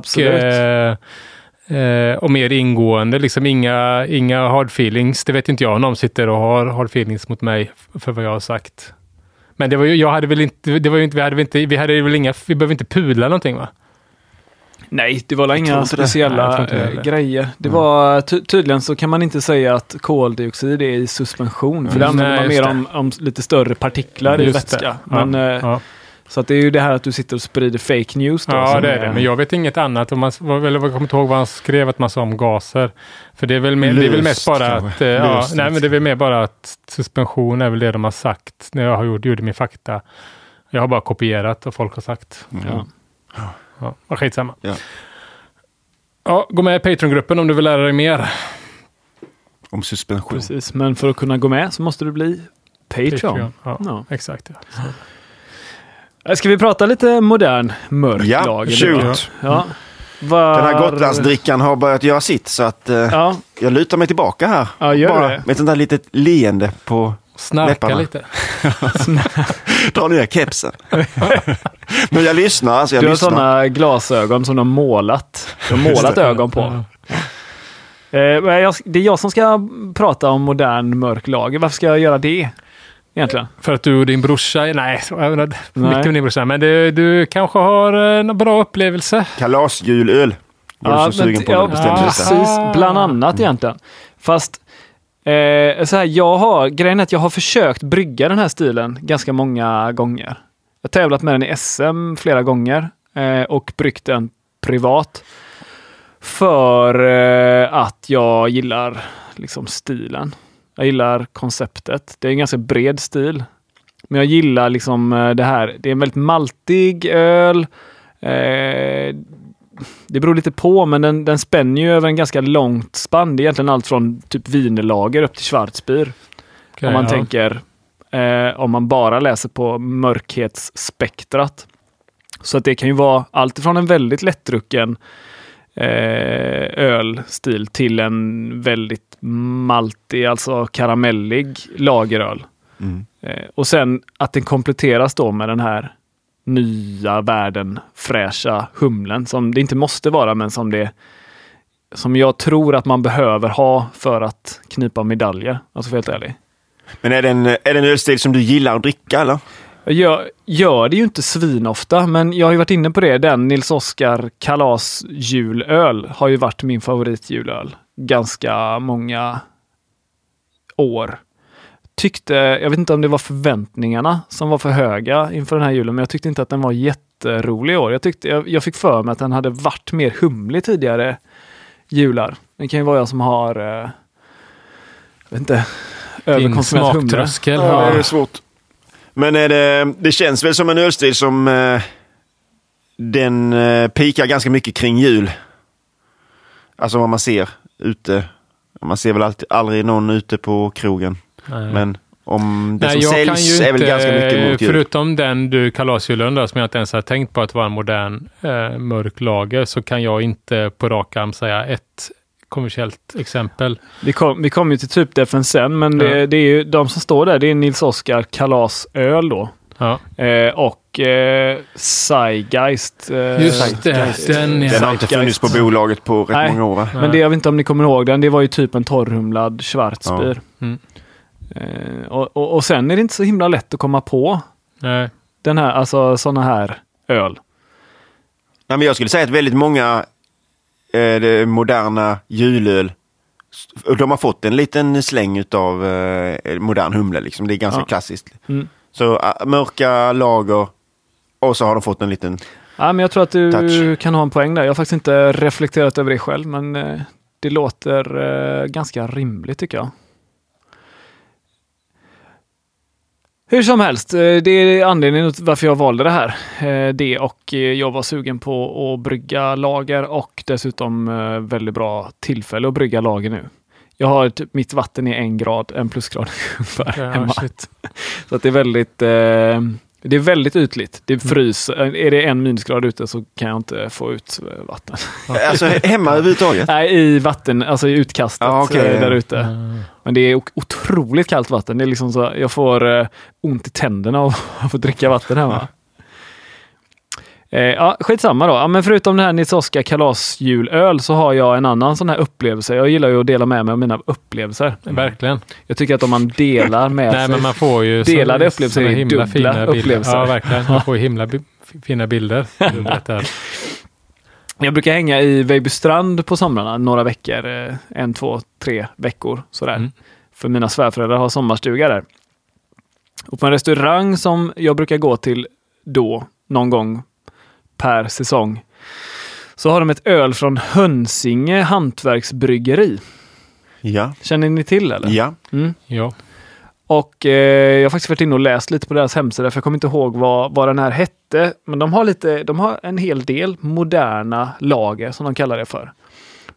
och mer ingående. Liksom inga hard feelings. Det vet inte jag om de sitter och har hard feelings mot mig för vad jag har sagt. Men det var ju, vi behöver inte pudla någonting, va? Nej, det var inga speciella grejer. Det var tydligen så kan man inte säga att koldioxid är i suspension. För det använder man mer om lite större partiklar i vätska. Men, så att det är ju det här att du sitter och sprider fake news. Då, ja, det är det. Men jag vet inget annat. Jag kommer inte ihåg vad han skrev att man sa om gaser. För det är väl mest bara att... men det är väl mer bara att suspension är väl det de har sagt när jag gjorde min fakta. Jag har bara kopierat vad folk har sagt. Ja. Ja, skitsamma. Ja. Ja, gå med i Patreon-gruppen om du vill lära dig mer. Om suspension. Precis, men för att kunna gå med så måste du bli Patreon. Ja, exakt. Ja. Ska vi prata lite modern mörklager? Shoot. Ja. Den här Gotlandsdrickan har börjat göra sitt så att jag lutar mig tillbaka här. Ja, gör bara det. med ett sånt där litet leende på Snarka läpparna. lite. Dra ner kepsen. Men jag lyssnar. Alltså du har sådana glasögon som de har målat. De har målat ögon på. Det är jag som ska prata om modern mörklager. Varför ska jag göra det? Egentligen. För att du och din brorsa... Nej, mycket med din brorsa. Men du kanske har en bra upplevelse. Kalasjulöl. Ja, precis. Bland annat egentligen. Fast så här, grejen är att jag har försökt brygga den här stilen ganska många gånger. Jag har tävlat med den i SM flera gånger och bryggt den privat. För att jag gillar liksom stilen. Jag gillar konceptet. Det är en ganska bred stil. Men jag gillar liksom det här. Det är en väldigt maltig öl. Det beror lite på, men den spänner ju över en ganska långt spann. Det är egentligen allt från typ Wienerlager upp till Schwarzbier. Okay, om man tänker, om man bara läser på mörkhetsspektrat. Så att det kan ju vara allt från en väldigt lättdrucken ölstil till en väldigt maltig, alltså karamellig lageröl. Och sen att den kompletteras då med den här nya världen fräscha humlen som det inte måste vara, men som jag tror att man behöver ha för att knipa medaljer, alltså för helt ärlig. Men är det en ölstil som du gillar att dricka eller? Jag gör det ju inte svinofta, men jag har ju varit inne på det. Den Nils Oskar Kalas julöl har ju varit min favoritjulöl ganska många år. Jag vet inte om det var förväntningarna som var för höga inför den här julen, men jag tyckte inte att den var jätterolig i år. Jag fick för mig att den hade varit mer humlig tidigare jular. Det kan ju vara jag som har jag vet inte, överkonsumerat humle. Ja, det är svårt. Men det känns väl som en ölstil som den pikar ganska mycket kring jul. Alltså vad man ser ute. Man ser väl aldrig någon ute på krogen. Nej. Men om det som säljs är väl ganska mycket mot jul. Förutom den kalasjulen som jag inte ens har tänkt på att vara en modern mörk lager, så kan jag inte på rak arm säga ett kommersiellt exempel. Vi kommer ju till typ defen sen, men det är ju de som står där, det är Nils Oskar Kalas öl då. Ja. Och Zeitgeist. Just det, den har inte funnits på bolaget på rätt många år. Va? Men det, jag vet inte om ni kommer ihåg den, det var ju typ en torrhumlad Schwarzbier. Ja. Och sen är det inte så himla lätt att komma på den här, alltså såna här öl. Nej, men jag skulle säga att väldigt många moderna julöl, de har fått en liten släng utav modern humle liksom. Det är ganska klassiskt. Så mörka lager och så har de fått en liten men jag tror att du touch. Kan ha en poäng där. Jag har faktiskt inte reflekterat över det själv, men det låter ganska rimligt tycker jag. Hur som helst, det är anledningen till varför jag valde det här. Det och jag var sugen på att brygga lager och dessutom väldigt bra tillfälle att brygga lager nu. Jag har mitt vatten är 1 grad, 1 plusgrad hemma. Så att det är väldigt ytligt. Det fryser. Är det 1 minusgrad ute så kan jag inte få ut vatten. Alltså hemma överhuvudtaget? Nej, i vatten, alltså i utkastet där ute. Men det är otroligt kallt vatten. Det är liksom så jag får ont i tänderna av att få dricka vatten hemma. Skitsamma då. Men förutom den här Nils Oskar Kalasjulöl så har jag en annan sån här upplevelse. Jag gillar ju att dela med mig av mina upplevelser. Verkligen. Jag tycker att om man delar med sig... men man får ju delade upplevelser är himla dubbla upplevelser. Ja, verkligen. Man får ju himla fina bilder. Jag brukar hänga i Vejbystrand på somrarna några veckor. 1, 2, 3 veckor. Sådär. För mina svärföräldrar har sommarstuga där. Och på en restaurang som jag brukar gå till då, någon gång per säsong, så har de ett öl från Hönsinge hantverksbryggeri. Ja. Känner ni till eller? Ja. Ja. Och jag har faktiskt varit inne och läst lite på deras hemsida, för jag kommer inte ihåg vad den här hette, men de har en hel del moderna lager som de kallar det för.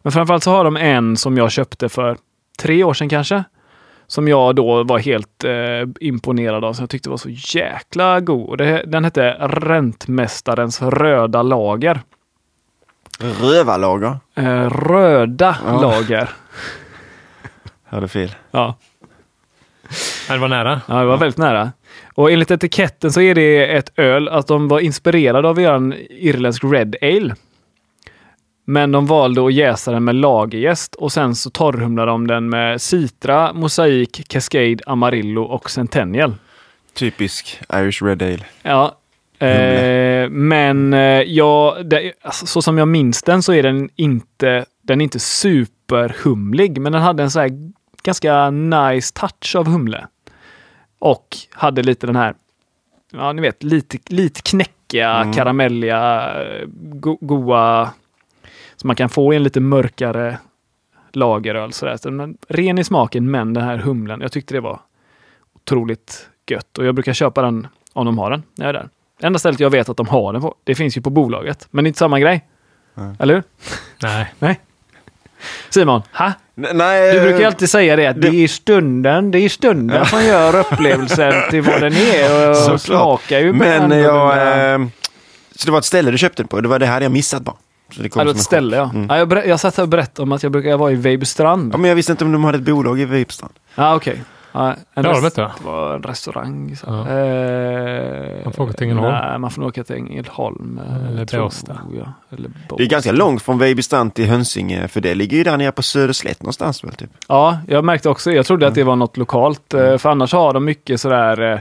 Men framförallt så har de en som jag köpte för 3 år sedan kanske. Som jag då var helt imponerad av. Så jag tyckte var så jäkla god. Och den hette Rentmästarens röda lager. Rövarlager? Röda lager. Hade fel. Ja. Det var nära. Ja, det var väldigt nära. Och enligt etiketten så är det ett öl att de var inspirerade av en irländsk Red Ale. Men de valde att jäsa den med lagerjäst och sen så torrhumlade de den med Citra, Mosaic, Cascade, Amarillo och Centennial. Typisk Irish Red Ale. Ja, men alltså, så som jag minns den så är den inte superhumlig, men den hade en så här ganska nice touch av humle. Och hade lite den här, ja ni vet, lite knäckiga, karamelliga, goa som man kan få i en lite mörkare lageröl. Så ren i smaken, men den här humlen, jag tyckte det var otroligt gött. Och jag brukar köpa den om de har den när jag är där. Enda stället jag vet att de har den på, det finns ju på bolaget. Men det är inte samma grej. Eller hur? Nej. Simon, Nej, du brukar ju alltid säga det att det är stunden som gör upplevelsen till vad den är. Och smakar ju. Men så det var ett ställe du köpte den på? Det var det här jag missat bara. Så det kom ett ställe, ja. Jag satt här och berättade om att jag brukar vara i Vejbystrand. Ja, men jag visste inte om de hade ett bolag i Vejbystrand. Ja, okej. Ja, det var en restaurang. Så. Ja. Man får åka till Ängelholm. Nej, man får åka till Ängelholm. Eller Båstad. Det är ganska långt från Vejbystrand till Hönsinge, för det ligger ju där nere på Söderslätt någonstans väl typ. Ja, jag märkte också. Jag trodde att det var något lokalt. För annars har de mycket sådär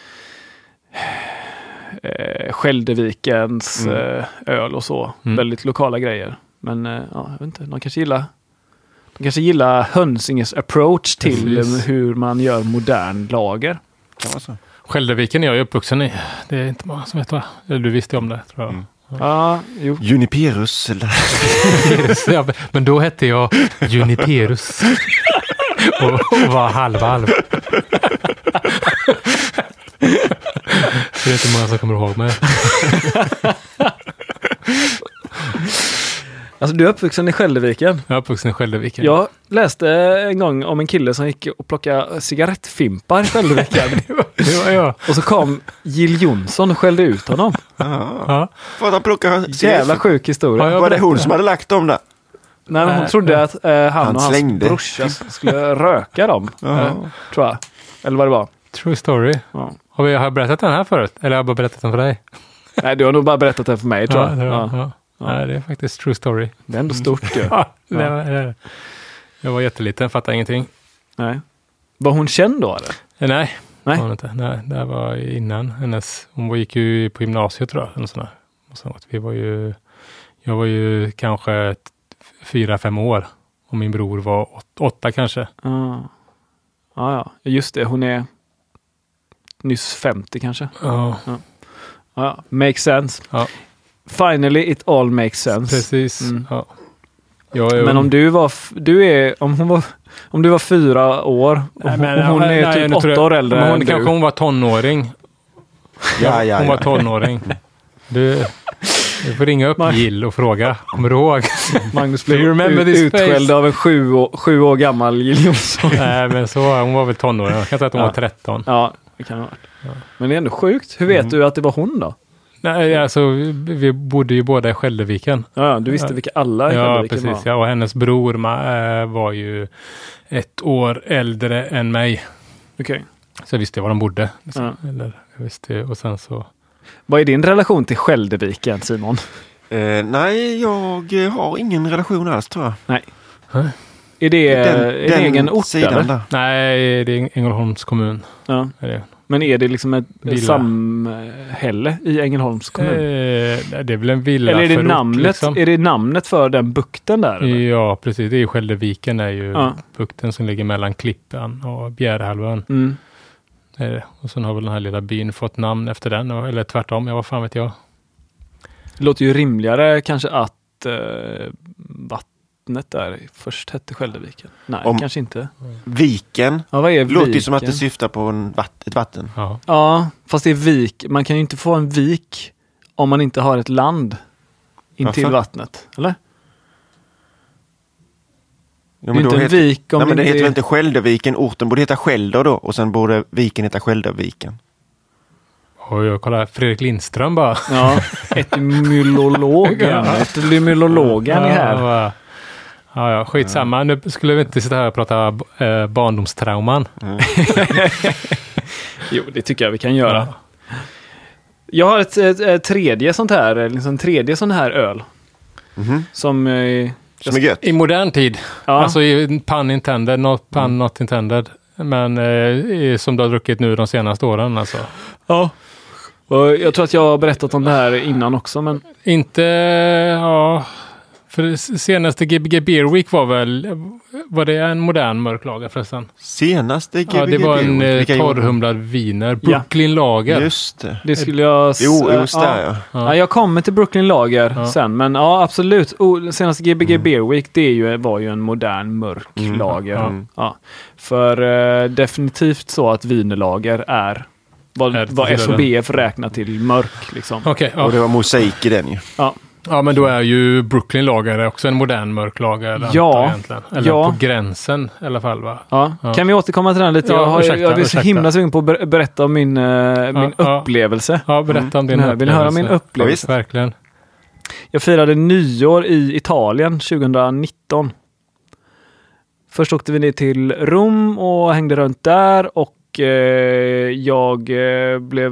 Skäldevikens öl och så. Väldigt lokala grejer. Men jag vet inte, de kanske gillar Hönsinges approach till hur man gör modern lager. Skäldeviken är jag uppvuxen i. Det är inte många som vet vad. Eller du visste om det, tror jag. Ja, jo. Juniperus eller? Ja, men då hette jag Juniperus. och var halv. Det är inte många som kommer ihåg mig. Alltså du är uppvuxen i Skäldeviken? Jag är uppvuxen i Skäldeviken. Jag läste en gång om en kille som gick och plockade cigarettfimpar i Skäldeviken. Det var jag. Och så kom Jill Johnson och skällde ut honom. Ja. För att han plockade jävla sjuk historia. Ja, var det hon som hade lagt dem där? Nej, men hon trodde att han och hans brorsa skulle röka dem. Tror jag. Eller vad det var. True story. Ja. Har jag berättat den här förut? Eller har jag bara berättat den för dig? Nej, du har nog bara berättat den för mig, tror jag. Ja. Nej, det är faktiskt true story. Det är ändå stort ju. Jag var jätteliten, fattade ingenting. Nej. Var hon känd då, eller? Nej. Var inte. Nej, det var innan hennes. Hon gick ju på gymnasiet, tror jag. Eller sådär. Jag var ju kanske 4-5 år. Och min bror var 8 kanske. Ja. Just det, hon är nyss 50 kanske. Ja. Makes sense. Ja. Finally it all makes sense. Precis. Ja. Men om du var 4 år och hon är typ 8 år äldre än du. Hon var tonåring. Ja. Hon var tonåring. Du får ringa upp Jill och fråga. Kommer du ihåg? Magnus blev utskälld av en 7 år gammal Jill Johnson. Nej, men så hon var väl tonåring. Jag kan säga att hon var 13. Ja, det kan vara. Ja. Men det är ändå sjukt. Hur vet du att det var hon då? Nej, alltså vi bodde ju båda i Skäldeviken. Ja, du visste vilka alla i Skäldeviken var. Ja, precis. Ja, och hennes bror var ju 1 år äldre än mig. Okej. Så jag visste var de bodde. Liksom. Eller jag visste, och sen så... Vad är din relation till Skäldeviken, Simon? Nej, jag har ingen relation alls, tror jag. Nej. Är det en egen ort eller? Nej, det är Ängelholms kommun. Ja. Är det. Men är det liksom ett samhälle i Ängelholms kommun? Det är väl en villa. Eller är det namnet, liksom? Är det namnet för den bukten där? Eller? Ja, precis. Det är ju Skäldeviken, är ju bukten som ligger mellan Klippan och Bjärehalvön. Det är det. Och sen har väl den här lilla byn fått namn efter den. Eller tvärtom, vad fan vet jag. Det låter ju rimligare kanske att vattnet där först hette Skäldeviken. Nej, kanske inte. Viken. Ja, vad är viken? Låter ju som att det syftar på ett vatten. Ja, fast det är vik. Man kan ju inte få en vik om man inte har ett land intill vattnet. Eller? Ja, det är inte en vik om nej, men det inte heter väl inte Skälderviken. Orten borde heta Skälder då. Och sen borde viken heta Skälderviken. Oj, jag kollar Fredrik Lindström bara. Ja, etymologen. Etymologen är här. Ja, skitsamma. Nu skulle vi inte sitta här och prata barndomstrauman. Jo, det tycker jag vi kan göra. Ja. Jag har ett tredje sånt här, liksom tredje sån här öl. Som är gött. I modern tid. Ja. Alltså pun intended, not intended. Men som du har druckit nu de senaste åren. Alltså. Ja. Och jag tror att jag har berättat om det här innan också. Men... Inte, ja... För senaste Gbg Beer Week var det en modern mörklager förresten? Senaste Gbg Beer Week? Ja, det var en torrhumlad viner. Brooklyn Lager. Just det. Det skulle jag... Just det, ja, jag kommer till Brooklyn Lager sen. Men ja, absolut. Senaste Gbg Beer Week, det var ju en modern mörklager. Ja. För definitivt så att vinerlager är vad SOBF räknar till mörk. Liksom. Okay, och det var mosaik i den ju. Ja. Ja, men då är ju Brooklyn Lager också en modern mörklager. Ja. Egentligen. Eller på gränsen i alla fall, va? Ja. Kan vi återkomma till den lite? Jag är så himla sugen på att berätta om min upplevelse. Ja, berätta om din upplevelse. Vill ni höra min upplevelse? Ja, verkligen. Jag firade nyår i Italien 2019. Först åkte vi ner till Rom och hängde runt där och jag blev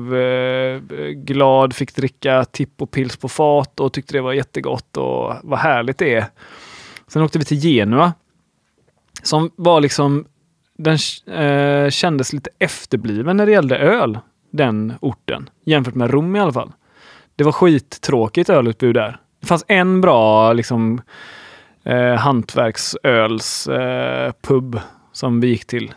glad, fick dricka Tippo Pils på fat och tyckte det var jättegott och vad härligt det är. Sen åkte vi till Genua som var liksom, den kändes lite efterbliven när det gällde öl, den orten, jämfört med Rom i alla fall. Det var skittråkigt ölutbud där. Det fanns en bra liksom hantverksöls pub som vi gick till.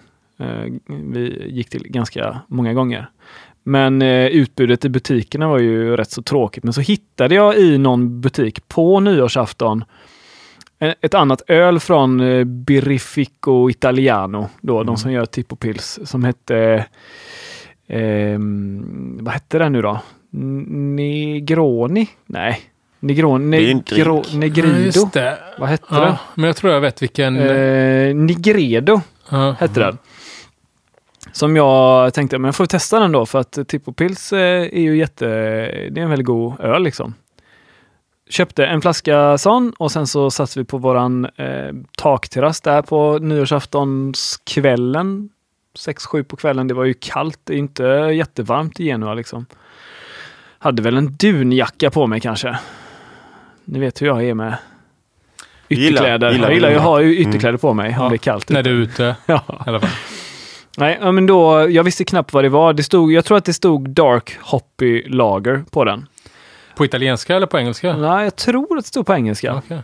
Vi gick till ganska många gånger. Men utbudet i butikerna var ju rätt så tråkigt. Men så hittade jag i någon butik på nyårsafton ett annat öl från Birrifico Italiano. Då, de som gör Tippo Pils. Som hette... vad hette det nu då? Negroni? Nej. Negrido. Just det. Vad hette det? Men jag tror jag vet vilken... Nigredo hette den. Som jag tänkte, men jag får testa den då för att Tippo Pils är ju det är en väldigt god öl liksom. Köpte en flaska sån och sen så satt vi på våran takterrass där på nyårsaftonskvällen. 6-7 på kvällen, det var ju kallt, det är inte jättevarmt i Genua liksom. Hade väl en dunjacka på mig kanske. Ni vet hur jag är med ytterkläder. Jag gillar ju att ha ytterkläder på mig om det är kallt. När du är ute i alla fall. Nej, men då, jag visste knappt vad det var. Jag tror att det stod Dark Hoppy Lager på den. På italienska eller på engelska? Nej, jag tror att det stod på engelska. Okay.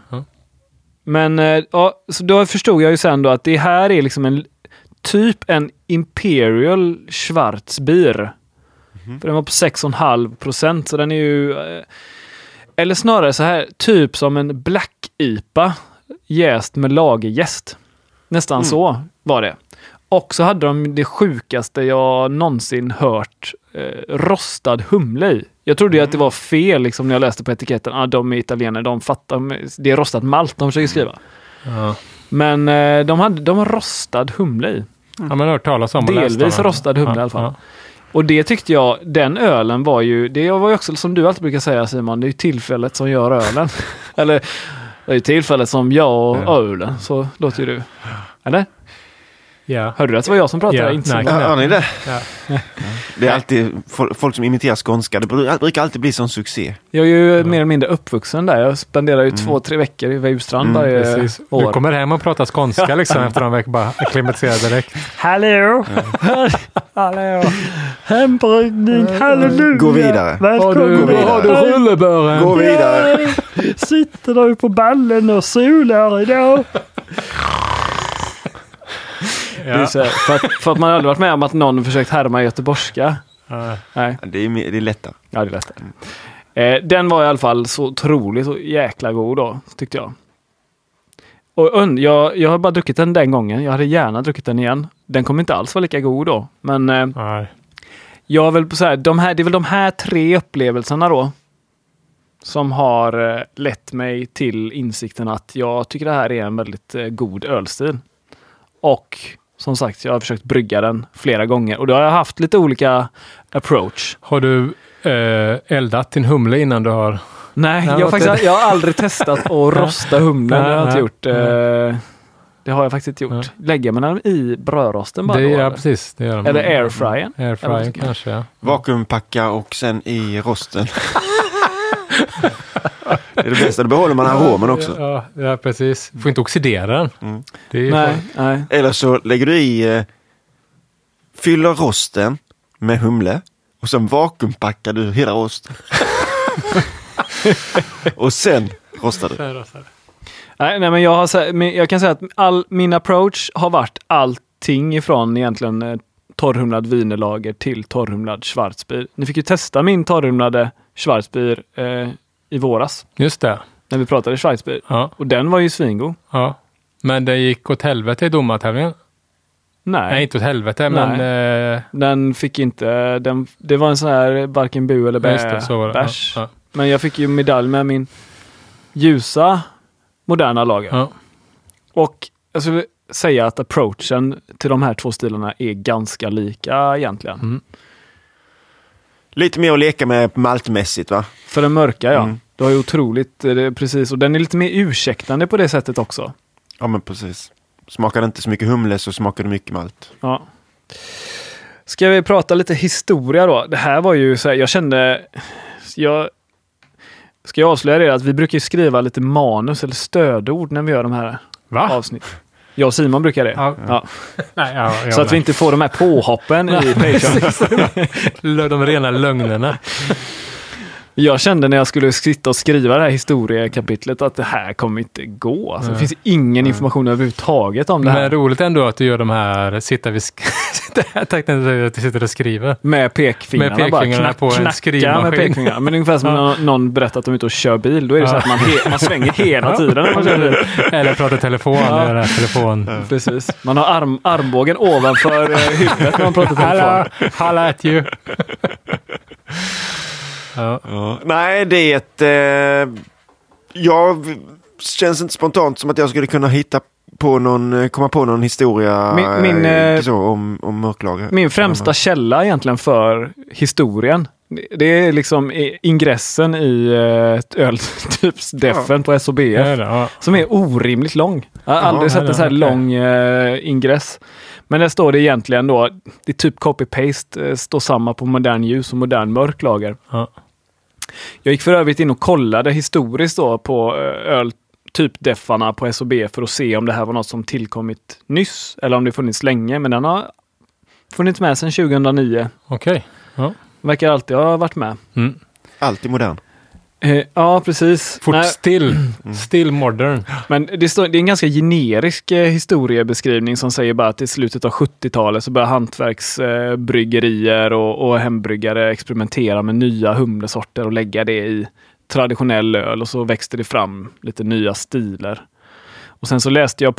Men så då förstod jag ju sen då att det här är liksom en Imperial Schwarzbier. För den var på 6,5%, så den är ju... eller snarare så här, typ som en Black IPA jäst med lagerjäst. Nästan så var det. Och så hade de det sjukaste jag någonsin hört. Rostad humle i. Jag trodde ju att det var fel liksom, när jag läste på etiketten. De är italienare, de fattar. Det är rostat malt de försöker skriva. Ja. Men de har rostad humle i. Ja, men jag har hört talas om. Delvis rostad humle i alla fall. Ja. Och det tyckte jag, den ölen var ju, det var ju också som du alltid brukar säga Simon, det är ju tillfället som gör ölen. Eller det är ju tillfället som jag och ölen, så låter ju du. Eller? Ja. Hörde du att det var jag som pratade? Inte hör ni det? Ja. Det är alltid folk som imiterar skånska. Det brukar alltid bli sån succé. Jag är ju mer eller mindre uppvuxen där. Jag spenderar ju 2-3 veckor i Vejstrand varje år. Du kommer hem och pratar skånska liksom efter en vecka, bara akklimatisera direkt. Hallå! Hallå! Hembryggning, halleluja! Gå vidare. Har du rullebören? Gå vidare. Sitter du på ballen och solar idag? Ja. Så, för att man aldrig varit med om att någon försökt härma göteborgska. Nej. Det är lättare. Ja, det är lättare. Den var i alla fall så otroligt, så jäkla god då, tyckte jag. Och jag har bara druckit den gången. Jag hade gärna druckit den igen. Den kommer inte alls vara lika god då. Men jag vill så här, det är väl de här 3 upplevelserna då som har lett mig till insikten att jag tycker det här är en väldigt god ölstil. Och som sagt, jag har försökt brygga den flera gånger och då har jag haft lite olika approach. Har du eldat din humle innan du har... Nej, jag har aldrig testat att rosta humlen. Det har jag inte gjort. Det har jag faktiskt inte gjort. Lägger man den i brödrosten bara? Ja, precis. Det gör man. Eller airfryen? Airfryen kanske, ja. Vakuumpacka och sen i rosten. Det är det bästa, då behåller man aromen också. Ja, precis. Du får inte oxidera den. Mm. Det är nej. Eller så lägger du i fyller rosten med humle och sen vakuumpackar du hela rosten. Och sen rostar du. Nej, men jag kan säga att min approach har varit allting ifrån egentligen torrhumlad wienerlager till torrhumlad Schwarzbier. Ni fick ju testa min torrhumlade Schwarzbier i våras. Just det. När vi pratade Schwarzbier. Ja. Och den var ju svingod. Ja. Men det gick åt helvete i domartävlingen. Nej, inte åt helvete, men... Den fick inte... det var en sån här varken bu eller bärs. Ja. Men jag fick ju medalj med min ljusa moderna lager. Ja. Och jag skulle säga att approachen till de här två stilarna är ganska lika egentligen. Mm. Lite mer att leka med maltmässigt, va? För den mörka, ja. Det har ju otroligt, precis. Och den är lite mer ursäktande på det sättet också. Ja, men precis. Smakar det inte så mycket humle så smakar det mycket malt. Ja. Ska vi prata lite historia då? Det här var ju så här, jag kände... Ska jag avslöja det att vi brukar skriva lite manus eller stödord när vi gör de här avsnitt. Jag och Simon brukar det. Ja. Nej, så att vi inte får de här påhoppen i Patreon. De rena lögnerna. Jag kände när jag skulle sitta och skriva det här historiekapitlet att det här kommer inte gå. Alltså, det finns ingen information överhuvudtaget om det här. Men roligt ändå att du gör de här sitter och skriver. Med pekfingrarna. Med pekfingrarna på en skrivmaskin. Med pekfingrarna. Men ungefär som någon berättar att de är ute och kör bil. Då är det så att man svänger hela tiden. När man kör bil. Eller pratar telefon. Precis. Man har armbågen ovanför huvudet när man pratar telefon. Halla at you. Ja. Nej, det är jag känns inte spontant som att jag skulle kunna komma på någon historia om mörklager. Min främsta källa egentligen för historien, det är liksom ingressen i ett öltypsdeffen på SOBF som är orimligt lång. Jag har aldrig sett en så här lång ingress. Men där står det egentligen då, det är typ copy-paste, står samma på modern ljus och modern mörklager. Ja. Jag gick för övrigt in och kollade historiskt då på öltypdeffarna på SOB för att se om det här var något som tillkommit nyss eller om det funnits länge, men den har funnits med sedan 2009. Okej. Ja. Verkar alltid ha varit med. Mm. Alltid modern. Ja, precis. Still modern. Men det är en ganska generisk historiebeskrivning som säger bara att i slutet av 70-talet så började hantverksbryggerier och hembryggare experimentera med nya humlesorter och lägga det i traditionell öl och så växte det fram lite nya stilar. Och sen så läste jag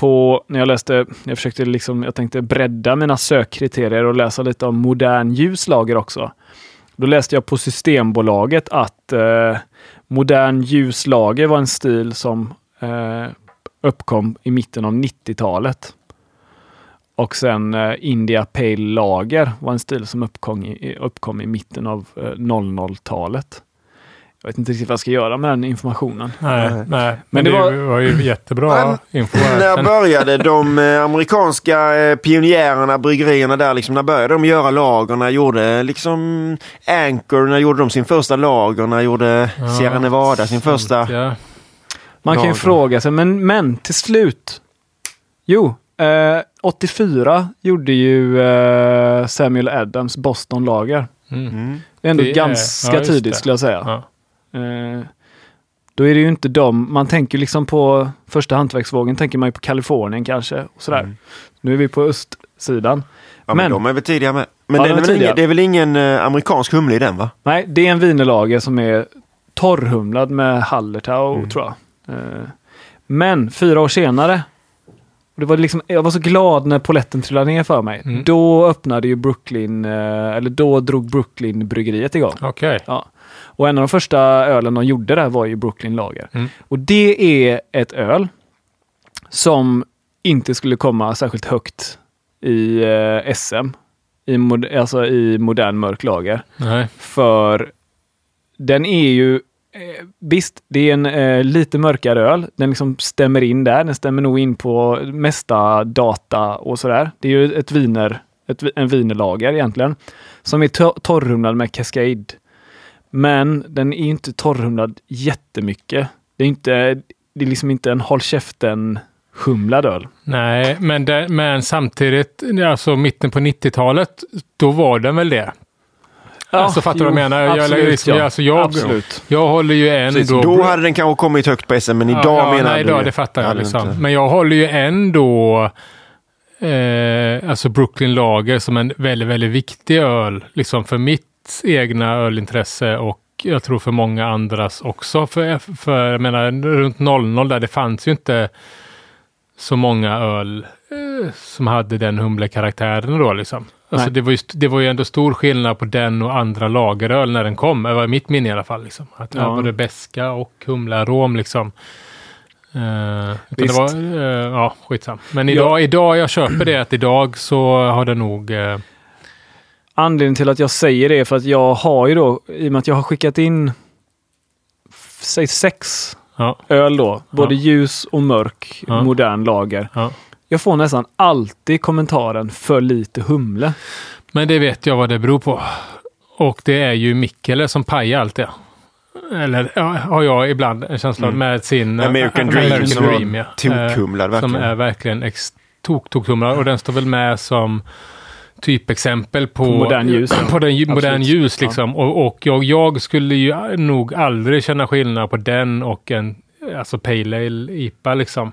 jag tänkte bredda mina sökkriterier och läsa lite om modern ljuslager också. Då läste jag på Systembolaget att modern ljuslager var en stil som uppkom i mitten av 90-talet. Och sen India Pale Lager var en stil som uppkom i mitten av 00-talet. Jag vet inte riktigt vad jag ska göra med den informationen. Nej. Men det var ju jättebra info. När började de amerikanska pionjärerna, bryggerierna där, liksom, när började de göra lager? När gjorde liksom Anchor, när gjorde de sin första lager? När gjorde Sierra Nevada sin första Man kan ju fråga sig, men till slut 84 gjorde ju Samuel Adams Boston Lager. Det är ändå ganska tidigt skulle jag säga. Ja. Då är det ju inte man tänker liksom på första hantverksvågen, tänker man ju på Kalifornien kanske och sådär. Nu är vi på östsidan. Ja, men de är väl tidiga med. Men det är väl ingen amerikansk humle i den, va? Nej, det är en wienerlager som är torrhumlad med Hallertau tror jag. Men 4 år senare Och det var liksom, jag var så glad när poletten trillade ner för mig. Då öppnade ju då drog Brooklyn bryggeriet igång. Okej. Ja. Och en av de första ölen de gjorde där var ju Brooklyn Lager. Och det är ett öl som inte skulle komma särskilt högt i SM. Alltså i modern mörk lager. Nej. För den är ju visst, det är en lite mörkare öl. Den liksom stämmer in där. Den stämmer nog in på mesta data och sådär. Det är ju en vinerlager egentligen. Som är torrhumlad med Cascade. Men den är inte torrhumlad jättemycket. Det är liksom inte en håll käften humlad öl. Nej, men samtidigt, alltså mitten på 90-talet, då var den väl det. Ja, alltså fattar du vad jag menar? Absolut, jag håller ju ändå... Då hade den kanske kommit högt på SM, men idag menar nej, idag, det fattar jag liksom. Men jag håller ju ändå alltså Brooklyn Lager som en väldigt, väldigt viktig öl liksom för mitt egna ölintresse och jag tror för många andras också. För jag menar, runt 00 där det fanns ju inte så många öl som hade den humlekaraktären då liksom. Alltså det var ju ändå stor skillnad på den och andra lageröl när den kom. Det var mitt minne i alla fall liksom. Att det var både beska och humlarom liksom. Det var skitsam. Men idag jag köper det att idag så har det nog... Anledningen till att jag säger det är för att jag har ju då, i och med att jag har skickat in säg 6 öl då, både ljus och mörk modern lager. Ja. Jag får nästan alltid kommentaren för lite humle. Men det vet jag vad det beror på. Och det är ju Mikkele som pajar allt det. Eller har jag ibland en känsla med sin American Dream tokhumlad verkligen. Som är verkligen tokhumlad och den står väl med som typexempel på modern ljus. På den modern ljus liksom. Och jag skulle ju nog aldrig känna skillnad på den och en alltså Pale Ale IPA liksom.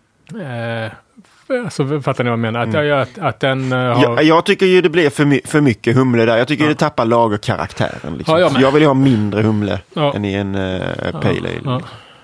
Alltså, fattar ni vad jag menar? Att den har... Jag tycker ju det blir för mycket humle där. Jag tycker det tappar lagerkaraktären. Liksom. Ja, jag vill ju ha mindre humle än i en Pale Ale. Ja.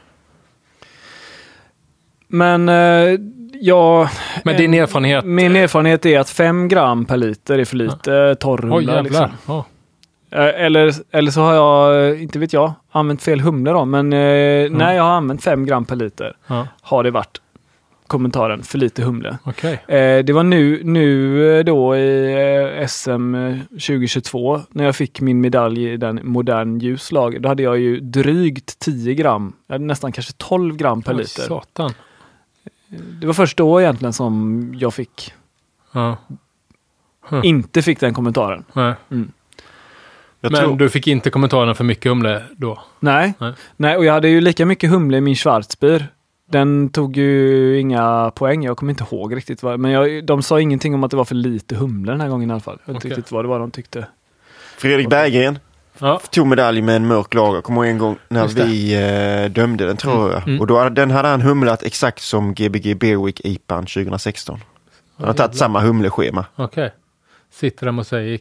Men Men din erfarenhet? Min erfarenhet är att 5 gram per liter är för lite torrhumla. Liksom. Eller så har jag, inte vet jag, använt fel humle då. Men när jag har använt 5 gram per liter har det varit kommentaren för lite humle. Okay. Det var nu då i SM 2022 när jag fick min medalj i den modern ljuslager. Då hade jag ju drygt 10 gram. Jag hade nästan kanske 12 gram per liter. Satan. Det var först då egentligen som jag fick inte fick den kommentaren. Nej. Men du fick inte kommentaren för mycket humle då? Nej, och jag hade ju lika mycket humle i min Schwarzbier. Den tog ju inga poäng. Jag kommer inte ihåg riktigt vad. Men de sa ingenting om att det var för lite humle den här gången i alla fall. Jag vet inte riktigt vad det var de tyckte. Fredrik Berggren tog medalj med en mörk lager. Kommer ihåg en gång när vi dömde den tror jag. Och den hade han humlat exakt som Gbg Beerwick IPAn 2016. Han har tagit samma humleschema. Okej. Sitter där och säger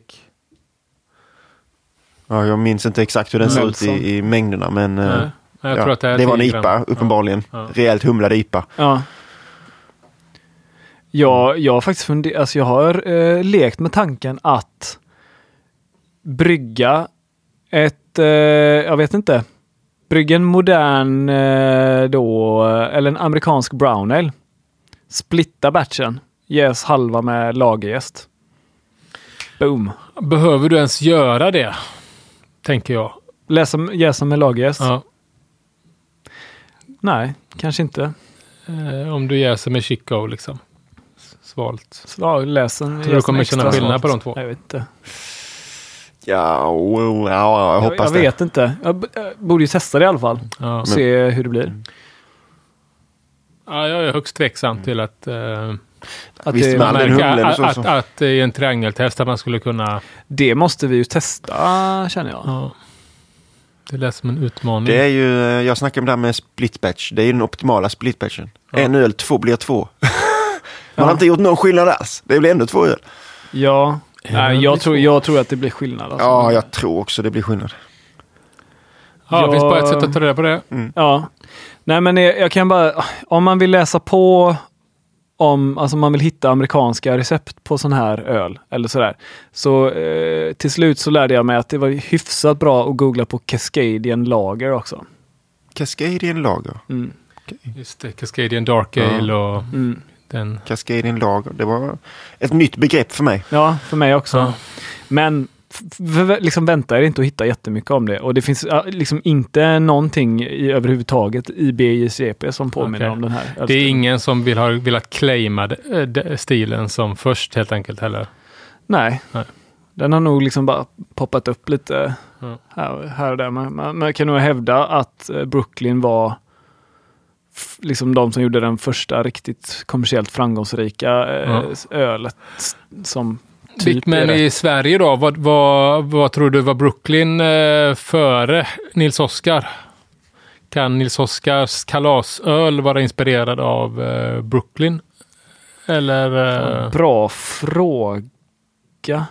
Ja, jag minns inte exakt hur den ser ut i mängderna men... Jag tror att det var en IPA, uppenbarligen. Rejält humlad IPA. Ja. Jag har faktiskt jag har lekt med tanken att brygga jag vet inte, brygga en modern eller en amerikansk brown ale. Splitta batchen. Jäs halva med lagerjäst. Boom. Behöver du ens göra det? Tänker jag. Jäsa med lagerjäst? Ja. Nej, kanske inte. Om du jäser med Chico liksom. Svalt. Läsen. Tror du kommer känna skillnad på de två? Jag vet inte. Jag hoppas det. Jag vet inte. Jag borde ju testa det i alla fall. Och se hur det blir. Ja, jag är högst tveksam till att i en triangeltest att man skulle kunna... Det måste vi ju testa, känner jag. Ja. Det lät som en utmaning. Det är ju, jag snackar om det här med split batch. Det är ju den optimala split batchen. En öl, 2 blir 2. Man har inte gjort någon skillnad alls. Det blir ändå 2 öl. Ja, jag tror att det blir skillnad. Alltså. Ja, jag tror också det blir skillnad. Ja, det finns bara ett sätt att ta reda på det. Ja. Nej, men jag kan bara... Om man vill läsa på alltså man vill hitta amerikanska recept på sån här öl eller sådär. Så till slut så lärde jag mig att det var hyfsat bra att googla på Cascadian Lager också. Cascadian Lager? Okay. Just det, Cascadian Dark Ale och den. Cascadian Lager, det var ett nytt begrepp för mig. Ja, för mig också. Ja. Men liksom vänta er inte att hitta jättemycket om det. Och det finns liksom inte någonting överhuvudtaget i BJCP som påminner om den här. Det är ingen som velat claima stilen som först helt enkelt heller? Nej. Den har nog liksom bara poppat upp lite här och där. Man kan nog hävda att Brooklyn var liksom de som gjorde den första riktigt kommersiellt framgångsrika ölet som typ. Men i Sverige då, vad tror du var Brooklyn före Nils Oskar? Kan Nils Oskars kalasöl vara inspirerad av Brooklyn? Eller? Bra fråga.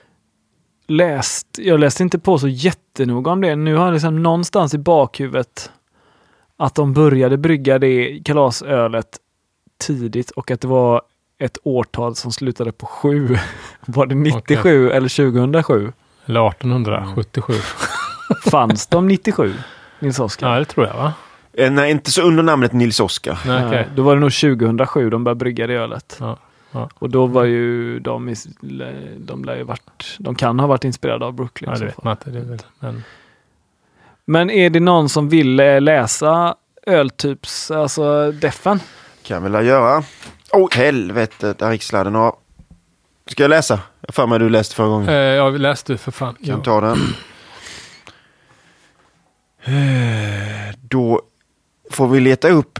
Jag läste inte på så jättenoga om det. Nu har jag liksom någonstans i bakhuvudet att de började brygga det kalasölet tidigt och att det var ett årtal som slutade på 7. Var det 97 eller 2007? Eller 1877. Fanns de 97? Nils Oskar? Ja, det tror jag, va? Nej, inte så under namnet Nils Oskar. Nej, okay. Då var det nog 2007 de började brygga det ölet. Ja. Och då var ju de kan ha varit inspirerade av Brooklyn. Ja, det vet man inte. Det är väl, men är det någon som vill läsa öltyps, alltså defen? Kan väl göra. Helvete, där gick sladden av. Ska jag läsa? Jag för mig du läste förra gången. Ja, vi läste för fan. Kan ta den. Då får vi leta upp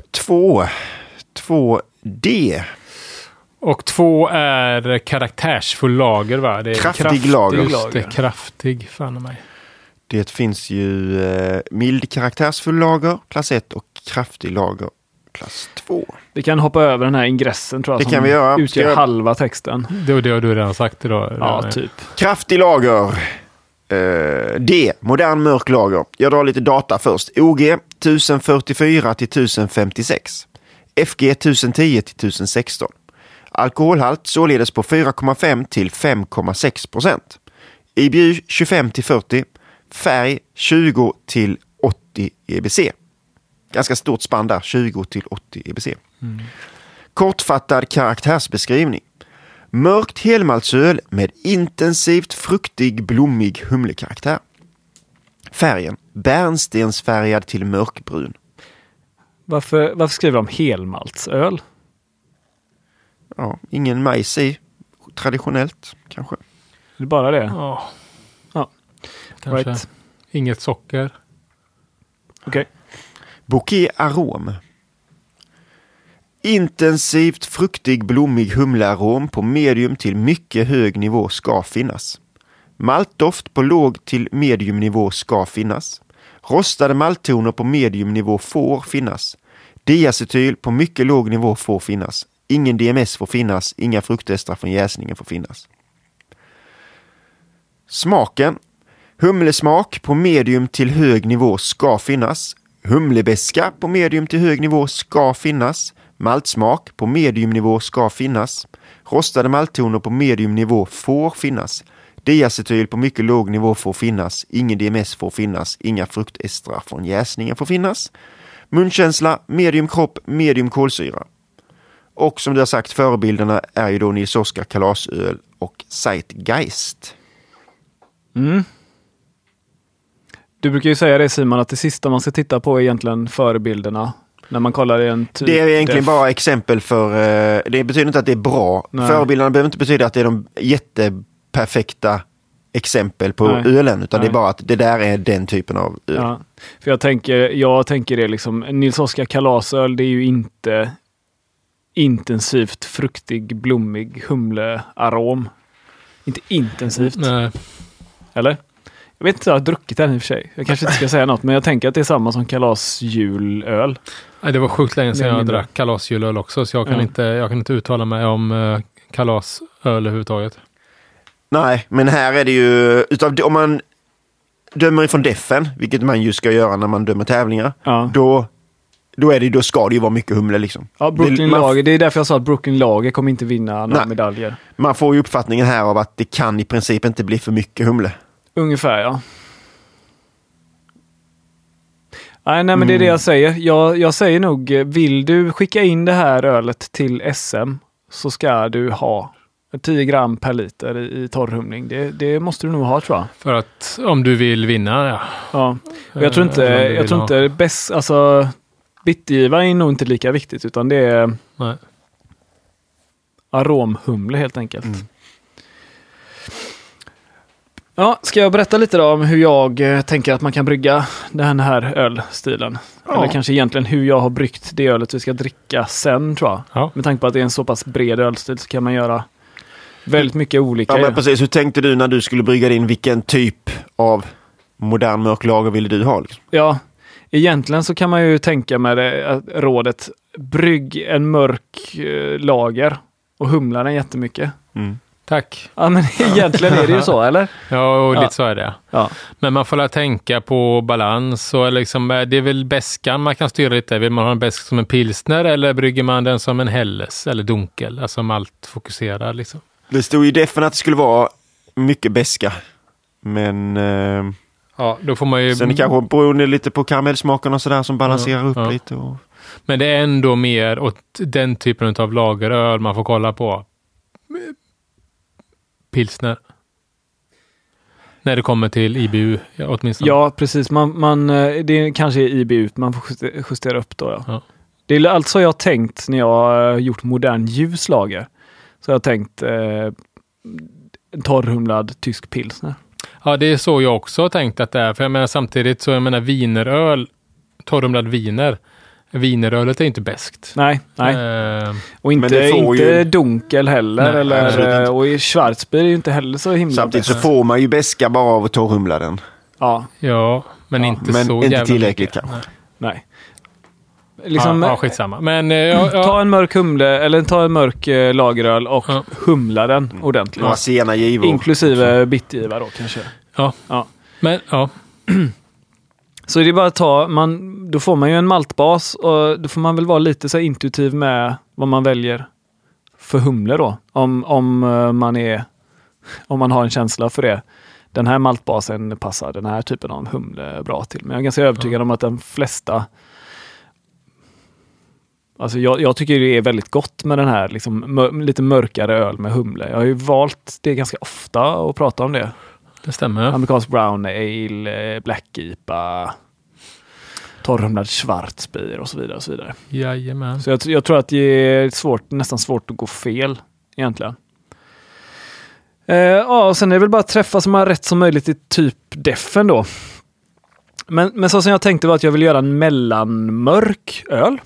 2D. Och 2 är karaktärsfull lager, va? Det är kraftig lager. Det är kraftig, fan av mig. Det finns ju mild karaktärsfull lager, klass 1 och kraftig lager, klass 2. Vi kan hoppa över den här ingressen tror jag. Det kan vi göra. Utgör halva texten. Det har du redan sagt idag. Ja, typ. Kraftig lager. D. Modern mörk lager. Jag drar lite data först. OG 1044 till 1056. FG 1010 till 1016. Alkoholhalt således på 4,5 till 5,6%. IBU 25 till 40. Färg 20 till 80 EBC. Ganska stort spann där, 20 till 80 EBC. Kortfattad karaktärsbeskrivning. Mörkt helmaltsöl med intensivt fruktig, blommig humlekaraktär. Färgen bärnstensfärgad till mörkbrun. Varför skriver de helmaltsöl? Ja, ingen majs i. Traditionellt, kanske. Det är bara det? Ja. Kanske. Right. Inget socker. Okej. Bouquet arom. Intensivt fruktig, blommig humlearom på medium till mycket hög nivå ska finnas. Maltdoft på låg till medium nivå ska finnas. Rostade malttoner på medium nivå får finnas. Diacetyl på mycket låg nivå får finnas. Ingen DMS får finnas. Inga fruktester från jäsningen får finnas. Smaken. Humlesmak på medium till hög nivå ska finnas. Humlebeska på medium till hög nivå ska finnas. Maltsmak på medium nivå ska finnas. Rostade malttoner på medium nivå får finnas. Diacetyl på mycket låg nivå får finnas. Ingen DMS får finnas. Inga fruktestrar från jäsningen får finnas. Munkänsla, medium kropp, medium kolsyra. Och som du har sagt, förebilderna är ju då Nils Oskar kalasöl och Zeitgeist. Du brukar ju säga det, Simon, att det sista man ska titta på är egentligen förebilderna. När man kollar i en typ. Det är egentligen bara exempel för... det betyder inte att det är bra. Nej. Förebilderna behöver inte betyda att det är de jätteperfekta exempel på ölen. Utan det är bara att det där är den typen av öl. Ja. För jag tänker det liksom... Nils Oskar kalasöl, det är ju inte intensivt fruktig, blommig humlearom. Inte intensivt. Nej. Eller? Jag vet inte, jag har druckit den i och för sig. Jag kanske inte ska säga något, men jag tänker att det är samma som kalasjulöl. Nej, det var sjukt länge sedan jag drack kalasjulöl också, så jag kan inte uttala mig om kalasöl överhuvudtaget. Nej, men här är det ju... om man dömer ifrån defen, vilket man ju ska göra när man dömer tävlingar, då då ska det ju vara mycket humle liksom. Ja, Brooklyn Lager, det är därför jag sa att Brooklyn Lager kommer inte vinna några medaljer. Man får ju uppfattningen här av att det kan i princip inte bli för mycket humle. Ungefär, ja. Nej, men det är det jag säger. Jag säger nog, vill du skicka in det här ölet till SM så ska du ha 10 gram per liter i torrhumling. Det måste du nog ha, tror jag. För att om du vill vinna, ja. Ja. Och jag tror inte bäst, alltså bittergiva är nog inte lika viktigt, utan det är aromhumle helt enkelt. Ja, ska jag berätta lite då om hur jag tänker att man kan brygga den här ölstilen? Ja. Eller kanske egentligen hur jag har bryggt det ölet vi ska dricka sen, tror jag. Ja. Med tanke på att det är en så pass bred ölstil så kan man göra väldigt mycket olika. Ja, men precis. Hur tänkte du när du skulle brygga din? Vilken typ av modern mörklager ville du ha? Liksom? Ja, egentligen så kan man ju tänka med det rådet. Brygg en mörk lager och humla den jättemycket. Tack. Ja, men egentligen är det ju så, eller? Ja, och lite så är det. Ja. Men man får tänka på balans och liksom, det är väl bäskan man kan styra lite. Vill man ha en bäsk som en pilsner eller brygger man den som en helles eller dunkel? Alltså maltfokuserad liksom. Det stod ju definitivt att det skulle vara mycket bäska. Men ja, då får man ju... sen kanske beror lite på karamellsmaken och sådär som balanserar upp lite. Och... Men det är ändå mer åt den typen av lageröl man får kolla på. Pilsner. När det kommer till IBU, åtminstone. Ja, precis. Det kanske är IBU man får justera upp då. Ja. Det är alltså jag har tänkt när jag har gjort modern ljuslager. Så jag har tänkt torrhumlad tysk pilsner. Ja, det är så jag också har tänkt att det är. För jag menar samtidigt så, jag menar vineröl, torrhumlad vinerölet är inte bäst. Nej. Och inte dunkel heller. Nej, och i Schwarzbier är ju inte heller så himla samtidigt bäst. Så får man ju bäska bara av att torrhumla den. Ja, men inte så inte jävla tillräckligt mycket. kanske. Nej. Liksom, skitsamma. Men, ta en mörk humle eller ta en mörk lageröl och humla den ordentligt. Några sena givor. Inklusive bittergiva då kanske. Ja. Men, Så det är bara att då får man ju en maltbas och då får man väl vara lite så intuitiv med vad man väljer för humle då. Om man har en känsla för det. Den här maltbasen passar den här typen av humle bra till. Men jag är ganska övertygad om att de flesta... Alltså jag tycker det är väldigt gott med den här liksom, lite mörkare öl med humle. Jag har ju valt det ganska ofta att prata om det. Det stämmer. Amerikansk brown ale, black IPA, torrhumlad Schwarzbier och så vidare och så vidare. Jajamän. Så jag tror att det är nästan svårt att gå fel egentligen. Och sen är det väl bara att träffa som har rätt som möjligt i typ defen då. Men så som jag tänkte var att jag vill göra en mellanmörk öl.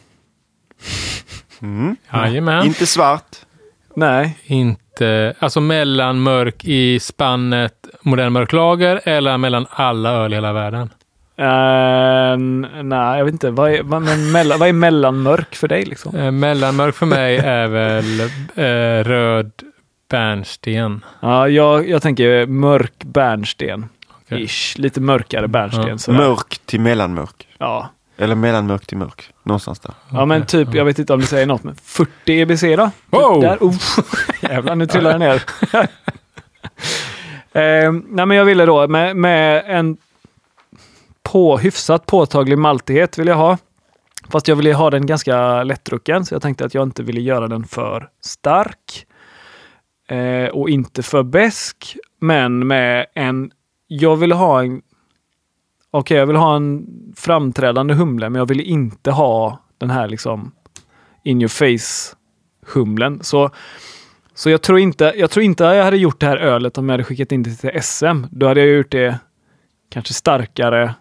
Jajamän. Inte svart. Nej. Inte, alltså mellanmörk i spannet modern mörklager eller mellan alla öl i hela världen? Nej, jag vet inte. Vad är mellanmörk för dig liksom? Mellanmörk för mig är väl röd bärnsten. Ja, jag tänker mörk bärnsten. Okay. Lite mörkare bärnsten. Ja. Mörk till mellanmörk. Ja. Eller mellanmörk till mörk. Någonstans där. Ja, men typ, jag vet inte om du säger något, men 40 EBC då? Wow! Där. Jävlar, nu trillar den ner. Nej, men jag ville då med en hyfsat påtaglig maltighet vill jag ha. Fast jag ville ha den ganska lättdrucken, så jag tänkte att jag inte ville göra den för stark. Och inte för besk. Men med jag vill ha en framträdande humle, men jag vill inte ha den här liksom in your face humlen. Så jag tror inte jag hade gjort det här ölet om jag hade skickat in det till SM. Då hade jag gjort det kanske starkare,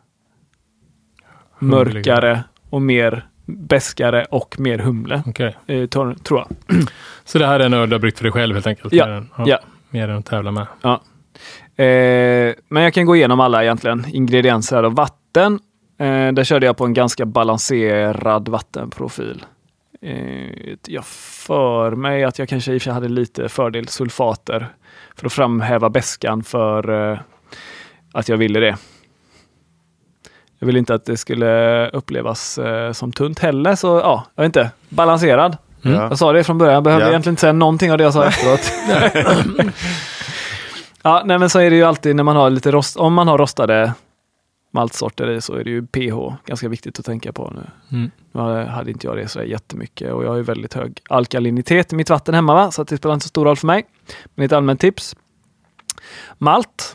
mörkare och mer bäskare och mer humle. Okay. Tror jag. Så det här är en öl du har bryggt för dig själv helt enkelt? Ja. Mer än att tävla med. Ja. Men jag kan gå igenom alla egentligen ingredienser och vatten. Där körde jag på en ganska balanserad vattenprofil. Jag för mig att jag kanske i och för sig hade lite fördel sulfater för att framhäva bäskan för att jag ville det. jag vill inte att det skulle upplevas som tunt heller. Så ja, jag vet inte. Balanserad. Jag sa det från början. Jag behövde egentligen inte säga någonting av det jag sa efteråt. Ja, nej, men så är det ju alltid när man har lite om man har rostade maltsorter i, så är det ju pH ganska viktigt att tänka på nu. Nu hade inte jag det så jättemycket, och jag har ju väldigt hög alkalinitet i mitt vatten hemma, va? Så att det spelar inte så stor roll för mig. Men ett allmänt tips. Malt.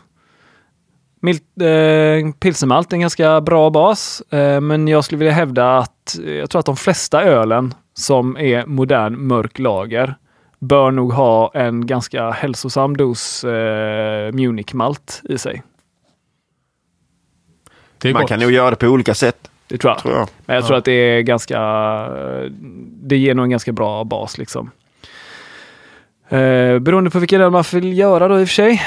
Pilsnermalt är en ganska bra bas, men jag skulle vilja hävda att jag tror att de flesta ölen som är modern mörk lager bör nog ha en ganska hälsosam dos Munich-malt i sig. Man kan nog göra det på olika sätt. Det tror jag. Men jag tror att det är ganska... Det ger nog en ganska bra bas liksom. Beroende på vilken öl man vill göra då i och för sig.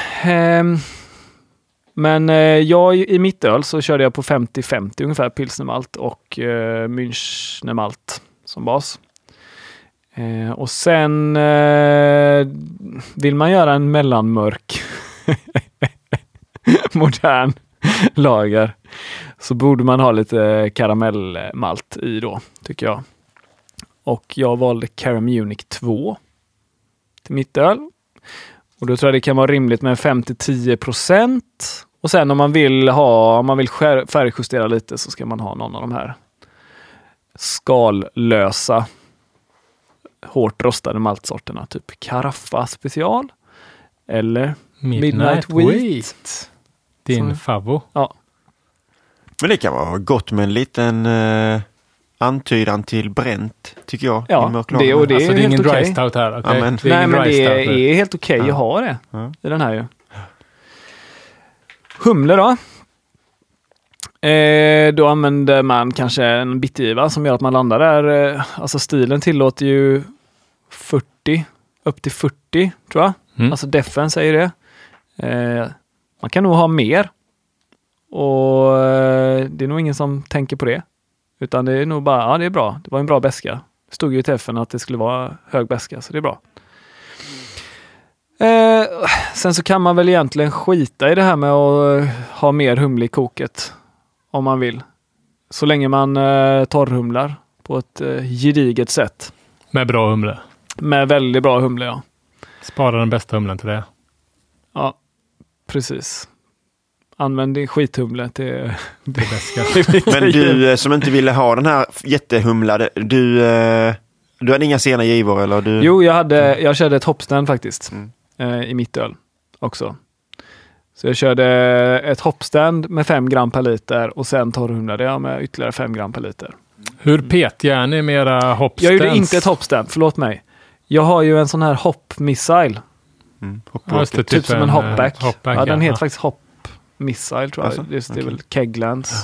Men jag i mitt öl så körde jag på 50-50 ungefär pilsnermalt och Münchnermalt som bas. Och sen vill man göra en mellanmörk modern lager, så borde man ha lite karamellmalt i då, tycker jag. Och jag valde Cara Munich 2 till mitt öl. Och då tror jag det kan vara rimligt med 5-10%. Och sen om man vill färgjustera lite, så ska man ha någon av de här skallösa hårt rostade maltsorterna, typ Carafa special eller Midnight Wheat. Din favvo. Ja. Men det kan vara gott med en liten antydan till bränt, tycker jag. Ja, det är alltså, det är ingen dry stout här. Okay? Ja, men, nej, men det är helt okej att ha det i den här ju. Humle då. Då använder man kanske en bittergiva som gör att man landar där. Alltså stilen tillåter ju 40, upp till 40 tror jag. Alltså defen säger det. Man kan nog ha mer. Och det är nog ingen som tänker på det. Utan det är nog bara, ja det är bra. Det var en bra beska. Det stod ju i teffen att det skulle vara hög beska, så det är bra. Sen så kan man väl egentligen skita i det här med att ha mer humle i koket. Om man vill. Så länge man torrhumlar på ett gediget sätt. Med bra humle. Med väldigt bra humle, ja. Spara den bästa humlen till det. Ja, precis. Använd din skithumle till beska. Men du som inte ville ha den här jättehumlade, du hade inga sena givor eller? Du... Jo, jag körde ett hoppstand faktiskt i mitt öl också. Så jag körde ett hoppstand med 5 gram per liter och sen torrhumlade jag med ytterligare 5 gram per liter. Hur petiga ni med era hoppstands? Jag gjorde inte ett hoppstand, förlåt mig. Jag har ju en sån här hopp-missile. Typ som en hopback. Ja, den heter faktiskt hopp-missile tror jag. Alltså? Just det är väl Keglands.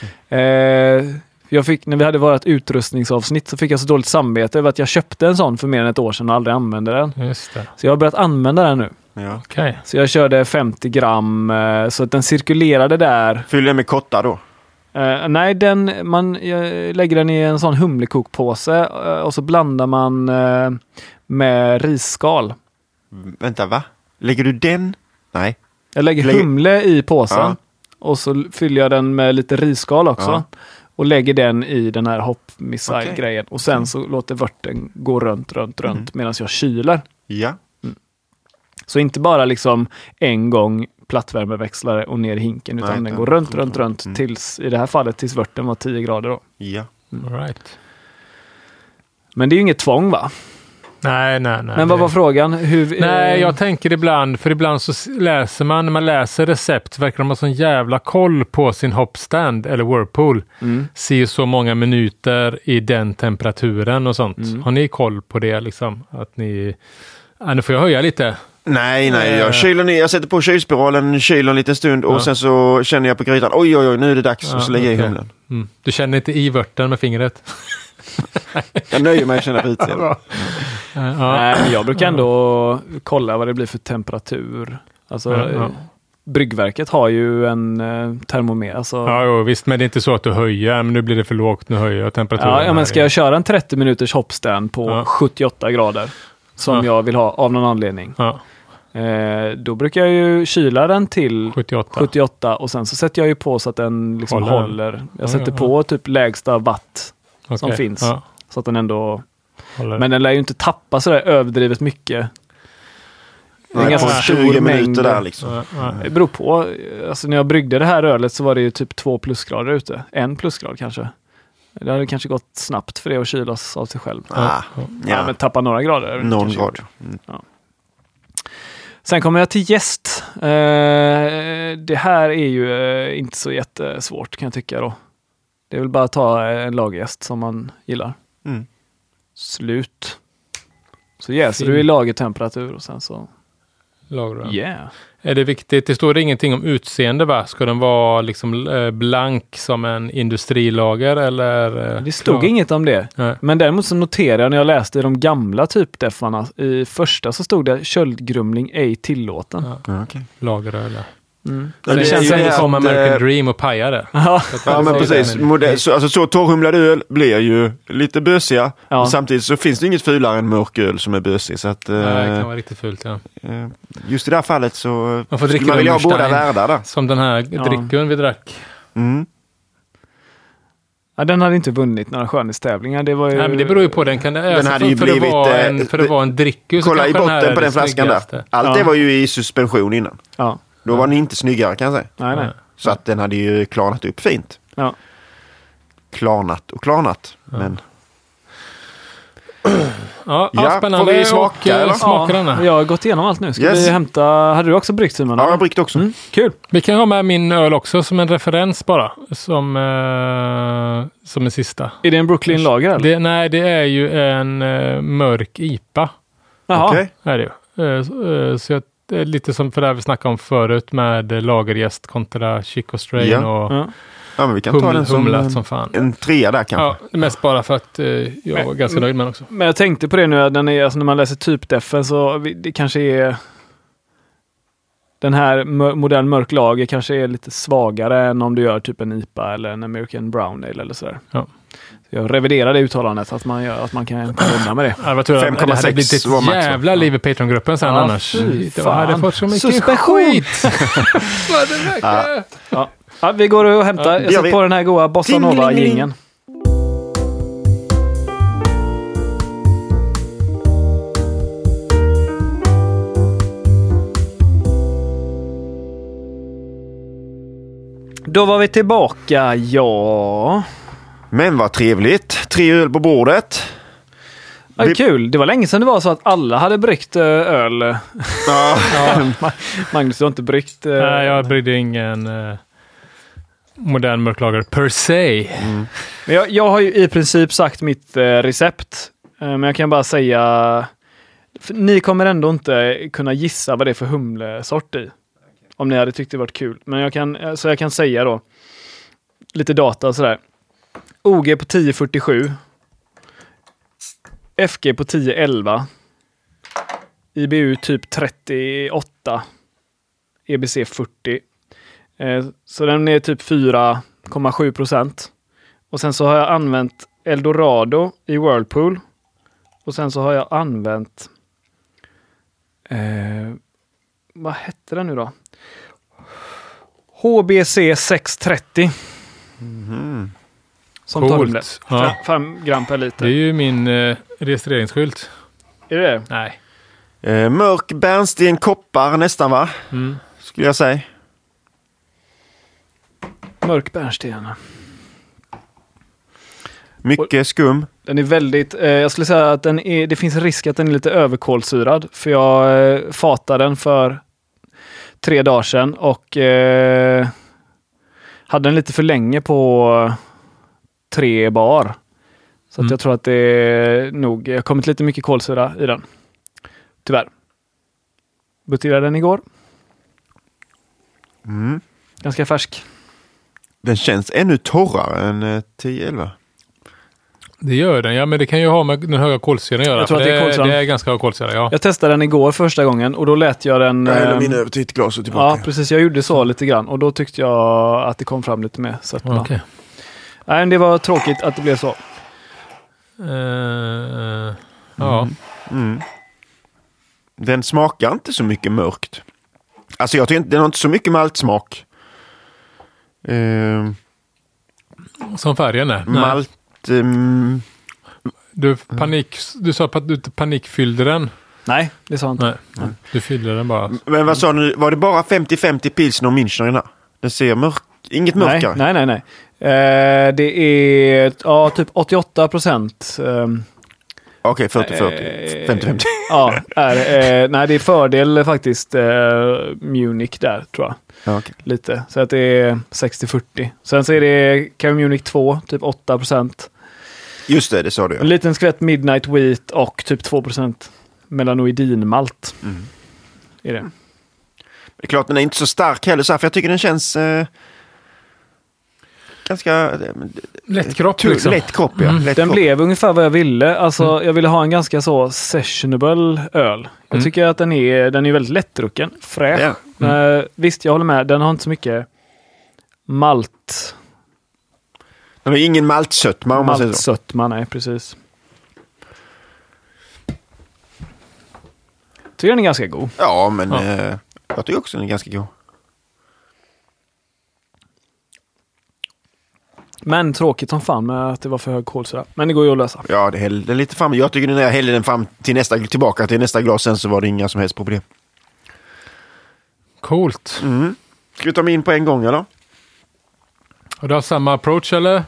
Jag fick, när vi hade vårt utrustningsavsnitt, så fick jag så dåligt samvete över att jag köpte en sån för mer än ett år sedan och aldrig använde den. Just det. Så jag har börjat använda den nu. Ja. Okay. Så jag körde 50 gram så att den cirkulerade där. Fyller den med kotta då? Nej, jag lägger den i en sån humlekokpåse och så blandar man med risskal. Vänta, va? Lägger du den? Nej. Jag lägger humle i påsen och så fyller jag den med lite risskal också och lägger den i den här hopp-missile-grejen. Och sen så låter vörten gå runt medan jag kyler. Ja. Så inte bara liksom en gång plattvärmeväxlare och ner i hinken, utan den går runt tills, i det här fallet tills vörten var 10 grader då. Ja. All right. Men det är ju inget tvång, va? Nej. Men vad var frågan? Nej, jag tänker ibland, för ibland så läser man, när man läser recept, verkar de ha sån jävla koll på sin hoppstand eller whirlpool. Ser så många minuter i den temperaturen och sånt. Har ni koll på det liksom? Att ni... nu får jag höja lite. Nej, jag kyler ner, jag sätter på kylspiralen, kyler en liten stund och sen så känner jag på grytan, oj, nu är det dags, och så lägger jag i humlen. Du känner inte i vörten med fingret? Jag nöjer mig att känna på utsidan. Nej, men jag brukar ändå kolla vad det blir för temperatur. Alltså, bryggverket har ju en termometer. Alltså... Ja, visst, men det är inte så att du höjer, men nu blir det för lågt, nu höjer jag temperaturen. Ja, men ska jag köra en 30 minuters hoppstand på 78 grader som jag vill ha av någon anledning. Då brukar jag ju kyla den till 78 och sen så sätter jag ju på så att den liksom håller. Jag sätter på typ lägsta watt som finns. Ja. Så att den ändå håller. Men den lär ju inte tappa sådär överdrivet mycket. Det är ganska stor mängd där liksom. Det beror på. Alltså när jag bryggde det här ölet så var det ju typ 2 plusgrader ute. 1 plusgrad kanske. Det hade kanske gått snabbt för det att kylas av sig själv. Men tappa några grader. Någon grad. Ja. Sen kommer jag till jäst. Det här är ju inte så jättesvårt kan jag tycka då. Det är väl bara att ta en lagerjäst som man gillar. Slut. Så jäser du i lagertemperatur och sen så lagrar. Yeah. Är det viktigt? Det står ingenting om utseende, va? Ska den vara liksom blank som en industrilager eller? Det stod inget om det. Nej. Men däremot så noterade jag när jag läste i de gamla typdeffarna, i första så stod det köldgrumling ej tillåten. Ja. Okay. Lageröl. Det känns ju som American Dream och paja det. Ja, men precis. Så torrhumlad öl blir ju lite bösiga. Ja. Samtidigt så finns det inget fulare än mörk öl som är bösig. Så att, nej, det kan vara riktigt fult, ja. Just i det här fallet så man får dricka man vill ha båda världar där. Som den här dricken vi drack. Ja, den hade inte vunnit några skönhetstävlingar. Det var ju... Nej, men det beror ju på den. Den hade ju blivit... För det var en drickus. Kolla i botten på den flaskan där. Allt det var ju i suspension innan. Ja. Då var den inte snyggare kan jag säga. Nej. Så att den hade ju klarnat upp fint. Ja. Klarnat. Men... spännande. Får vi smaka? Smaka denna. Jag har gått igenom allt nu. Ska vi hämta... Hade du också bryggt, Simon? Ja, jag har bryggt också. Kul. Vi kan ha med min öl också som en referens bara. Som en sista. Är det en Brooklyn Lager eller? Nej, det är ju en mörk IPA. Jaha. Okay. Är det ju. Så lite som för det vi snackade om förut med lagerjäst kontra Chico Strain och men vi kan ta den som fan. En 3 där kanske. Ja, mest bara för att jag var ganska nöjd med den också. Men jag tänkte på det nu, den är, alltså när man läser typdeffen så det kanske är den här modern mörk lager kanske är lite svagare än om du gör typ en IPA eller en American Brown Ale eller sådär. Ja. Jag reviderar det uttalandet att man kan komma undan med det. 5,6 var max. Jävla liv i Patreon-gruppen sen annars. Det hade fått så mycket skit. Ja, vi går och hämtar. Jag sätter på den här goda Bossa Nova-gingen. Då var vi tillbaka, ja. Men vad trevligt. 3 öl på bordet. Ja, kul. Det var länge sedan det var så att alla hade bryggt öl. Ja. Magnus, du har inte bryggt... Nej, jag bryggde ingen modern mörklager per se. Men jag har ju i princip sagt mitt recept. Men jag kan bara säga... Ni kommer ändå inte kunna gissa vad det är för humlesort i. Om ni hade tyckt det varit kul. Men jag kan säga då. Lite data och sådär. OG på 1047. FG på 1011. IBU typ 38. EBC 40. Så den är typ 4,7%. Och sen så har jag använt Eldorado i Whirlpool. Och sen så har jag använt vad hette den nu då? HBC 630. Som tar humle. 5 gram per liter. Det är ju min registreringsskylt. Är det? Nej. Mörk bärnsten koppar nästan, va? Skulle jag säga. Mörk bärnsten. Mycket skum. Den är väldigt... jag skulle säga att det finns risk att den är lite överkolsyrad. För jag fatade den för 3 dagar sedan. Och hade den lite för länge på 3 bar. Så att jag tror att det är nog... Jag har kommit lite mycket kolsyra i den. Tyvärr. Buteljerade den igår. Ganska färsk. Den känns ännu torrare än 10-11. Det gör den, ja, men det kan ju ha med den höga kolsyran att göra. Jag tror att det är ganska hög kolsyra, ja. Jag testade den igår första gången och då lät jag den... Jag häller min över till ett glas och tillbaka. Ja, precis. Jag gjorde så lite grann och då tyckte jag att det kom fram lite mer sötma. Okay. Nej, det var tråkigt att det blev så. Ja. Den smakar inte så mycket mörkt. Alltså jag tycker inte, den har inte så mycket maltsmak. Som färgen är. Malt... Du sa att du inte panikfyllde den. Nej, det sa jag inte. Nej. Du fyllde den bara. Men vad sa du? Var det bara 50-50 pilsner och Münchner i den? Den ser inget mörkare. Nej. Det är typ 88%. Okej, 40-40. 50-50. Ja, nej, det är fördel faktiskt Munich där, tror jag. Ja, okay. Lite. Så att det är 60-40. Sen så är det Cava Munich 2, typ 8%. Just det sa du. Ja. En liten skvätt Midnight Wheat och typ 2% melanoidinmalt. Är det. Det är klart, den är inte så stark heller, så här, för jag tycker den känns ganska lätt kropp. Liksom. Lätt kropp, ja. Lätt den kropp. blev ungefär vad jag ville. Alltså, jag ville ha en ganska så sessionable öl. Jag tycker att den är väldigt lättdrucken. Fräsch. Ja. Visst, jag håller med. Den har inte så mycket malt. Den har ingen maltsötma, om man säger så. Maltsötma, nej, precis. Tycker den är ganska god. Ja, men jag tycker också den är ganska god. Men tråkigt som fan med att det var för hög kolsyra. Men det går ju att lösa. Ja, det är lite fram. Jag tycker när jag hällde den fram tillbaka till nästa glas, sen så var det inga som helst problem. Coolt. Ska vi ta mig in på en gång, eller? Har du haft samma approach, eller?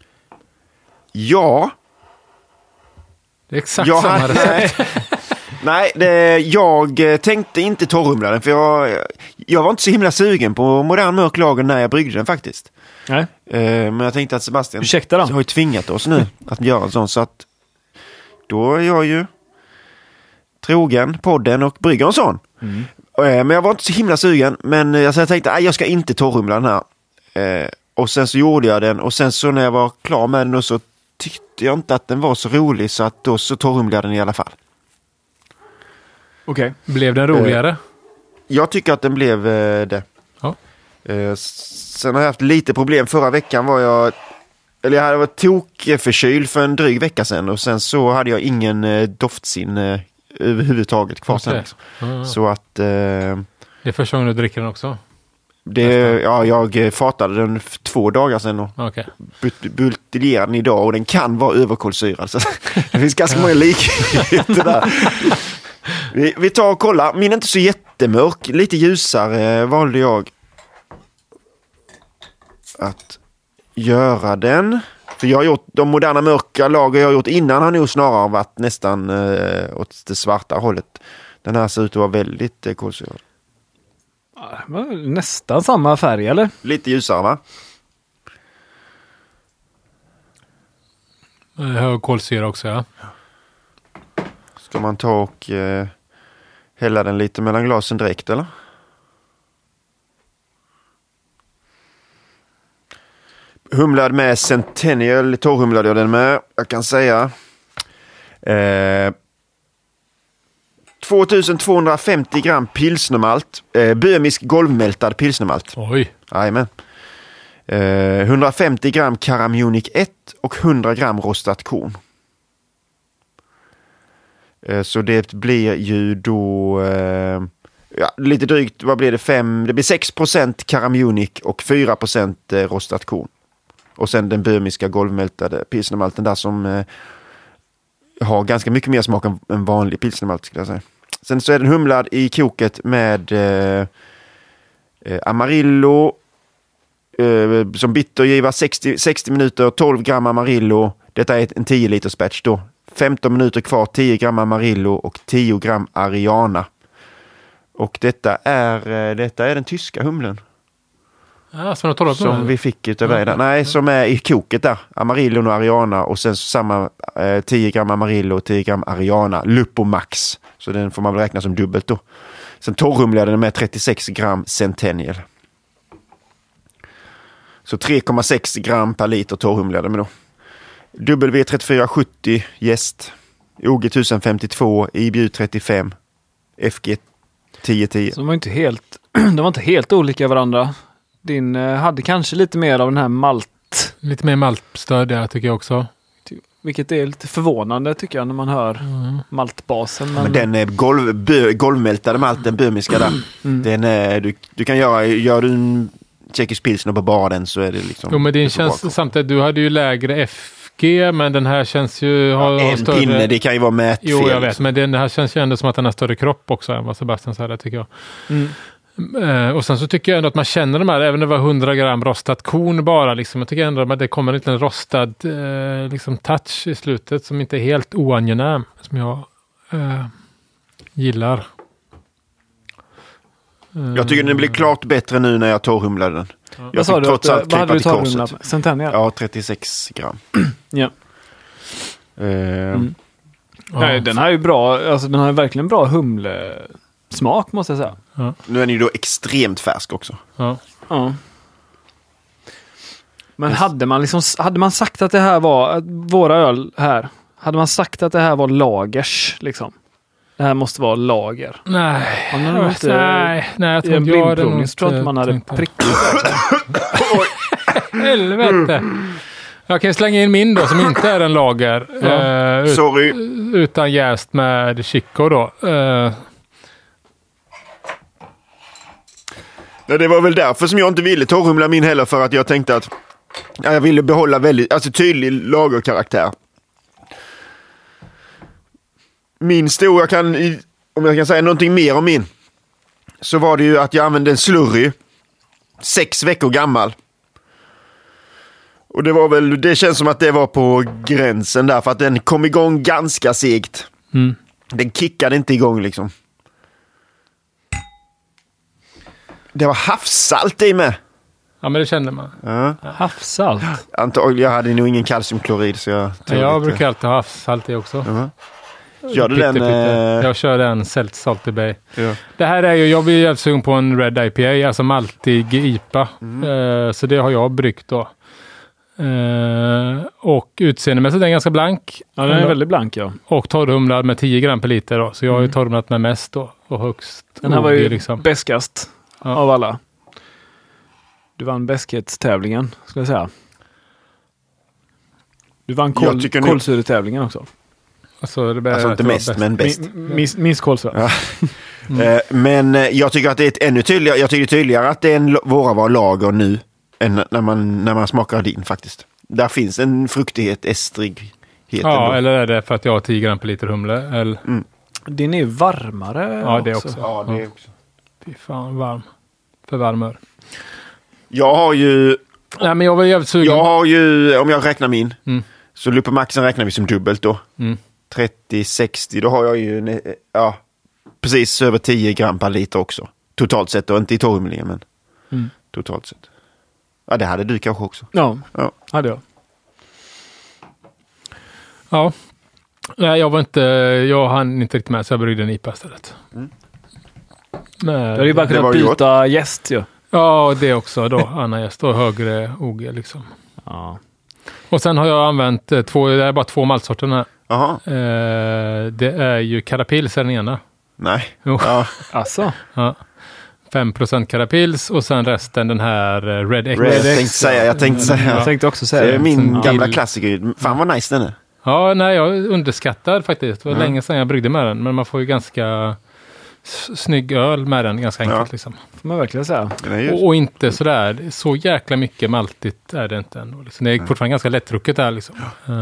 Ja. Det är exakt samma recept. Nej, jag tänkte inte torrumla den, för jag var inte så himla sugen på modern mörk lager när jag bryggde den faktiskt. Nej. Men jag tänkte att Sebastian har ju tvingat oss nu att göra en sån, så att då är jag ju trogen podden och brygger en sån. Men jag var inte så himla sugen, men jag tänkte att jag ska inte torrumla den här. Och sen så gjorde jag den, och sen så när jag var klar med den så tyckte jag inte att den var så rolig, så att då så torrumlade jag den i alla fall. Okej. Blev den roligare? Jag tycker att den blev det. Ja. Sen har jag haft lite problem. Förra veckan var jag varit tokförkyld för en dryg vecka sedan, och sen så hade jag ingen doftsinne överhuvudtaget kvar sen. Liksom. Så att... det är första gången du dricker den också? Jag fatade den 2 dagar sedan och buteljerade den idag, och den kan vara överkolsyrad. Så det finns ganska många likheter där. Vi tar och kollar. Min är inte så jättemörk. Lite ljusare valde jag att göra den. För jag har gjort de moderna mörka lager jag har gjort innan har nog snarare varit nästan åt det svarta hållet. Den här ser ut att vara väldigt kolsyrad. Nästan samma färg, eller? Lite ljusare, va? Hög kolsyra också, ja. Ska man ta och hälla den lite mellan glasen direkt, eller? Humlad med Centennial, torrhumlade jag den med. Jag kan säga 2250 gram pilsnermalt. Böhmisk golvmältad pilsnermalt. Oj. Jajamän. 150 gram Cava Munich 1 och 100 gram rostat korn. Så det blir ju då lite drygt, vad blir det? 5, det blir 6% Cava Munich och 4% rostat korn. Och sen den böhmiska golvmältade pilsnermalten där som har ganska mycket mer smak än vanlig pilsnermalt, skulle jag säga. Sen så är den humlad i koket med Amarillo som bittergiva 60 minuter, 12 gram Amarillo. Detta är en 10 liters batch då. 15 minuter kvar, 10 gram Amarillo och 10 gram Ariana. Och detta är den tyska humlen. Ja, som vi fick utav dig där. Nej, som är i koket där. Amarillo och Ariana, och sen samma 10 gram Amarillo och 10 gram Ariana. Lupo Max. Så den får man väl räkna som dubbelt då. Sen torrhumlade den med 36 gram Centennial. Så 3,6 gram per liter torrhumlade med då. W3470 jäst. OG 1052, IBU 35, FG 1010. Så de var inte helt olika varandra. Din hade kanske lite mer av den här malt. Lite mer maltstöd, jag tycker jag också. Vilket är lite förvånande tycker jag när man hör maltbasen. Men den är golvmältade malten, böhmiska där. Den är, du kan gör du en tjeckisk pilsner på bara den så är det liksom... Jo, men det känns samtidigt, du hade ju lägre FG, men den här känns ju... en större... pinne, det kan ju vara mätfel. Jo, jag vet, men den här känns ju ändå som att den har större kropp också än vad Sebastian sa, tycker jag. Och sen så tycker jag ändå att man känner de här, även det var 100 gram rostat korn bara, liksom, jag tycker ändå att det kommer en liten rostad liksom touch i slutet som inte är helt oangenäm, som jag gillar. Jag tycker den blir klart bättre nu när jag torrhumlar den. Jag fick trots allt klippa till korset. Centennial? Ja, 36 gram. Ja. Nej, den här är ju bra, alltså den har ju verkligen bra humlesmak måste jag säga. Ja. Nu är den ju då extremt färsk också. Ja. Men hade man sagt att det här var våra öl här, hade man sagt att det här var lagers liksom? Det här måste vara lager. Nej, jag tror inte jag tror att man hade prickat. Helvete. Jag kan slänga in min då som inte är en lager. Sorry. Utan jäst med Chico då. Nej, det var väl därför som jag inte ville torrhumla min heller, för att jag tänkte att jag ville behålla väldigt tydlig lagerkaraktär. Min stora om jag kan säga någonting mer om min, så var det ju att jag använde en slurry 6 veckor gammal. Och det känns som att det var på gränsen där, för att den kom igång ganska segt. Den kickade inte igång liksom. Det var havssalt i med. Ja, men det kände man. Ja. Havssalt? Antagligen, jag hade nog ingen kalciumklorid så jag brukar alltid ha havssalt i också. Gör du den? Jag kör den Salt Salty Bay. Ja. Det här är ju, jag blir jävligt sugen på en Red IPA, alltså maltig IPA. Så det har jag bryggt då. Och utseendemässigt är den ganska blank. Ja, den är väldigt blank, ja. Och torrhumlad med 10 gram per liter då. Så jag har ju torrhumlat med mest då. Och högst. Den här var ju liksom bäskast av alla. Du vann bäskhetstävlingen, skulle jag säga. Du vann kolsyretävlingen också. Alltså inte mest, men bäst. Minst kolsyra. Ja. Men jag tycker att det är ett ännu tydligare. Jag tycker tydligare att det är våra var lager nu än när man smakar din faktiskt. Där finns en fruktighet, estrighet. Ja, ändå. eller är det för att jag har 10 gram per liter humle? Eller? Din är varmare. Ja, det också. Ja, det är också. Fy fan, varm. För varmör. Jag har ju... Nej, men jag var jävligt sugen. Jag har ju, om jag räknar min, så Lupamaxen räknar vi som dubbelt då. 30-60, då har jag ju precis över 10 gram per liter också. Totalt sett, och inte i torrhumlingen, men totalt sett. Ja, det hade du kanske också. Ja, hade jag. Ja. Nej, jag hann inte riktigt med, så jag bryggde en IPA istället. Du hade ju bara kunnat byta gäst ju. Ja, det också då. Anna gäst och högre OG liksom. Ja. Och sen har jag använt det är bara 2 maltsorter här. Jaha. Det är ju Carapils den ena. Nej. Jo. Ja. Alltså. Ja. 5% Carapils och sen resten den här Red X. Jag tänkte säga. Jag tänkte också säga det. Är min gamla klassiker. Fan vad nice den är. Ja, nej, jag underskattar faktiskt. Det var länge sedan jag bryggde med den. Men man får ju ganska snygg öl med den, ganska enkelt liksom. Får man verkligen säga. Och inte sådär, så jäkla mycket maltigt är det inte ändå. Liksom. Det är fortfarande ganska lättdrucket där liksom.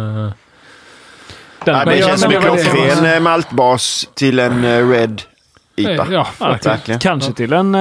Det känns som en klockren maltbas till en Red IPA. Ja, verkligen. Kanske till en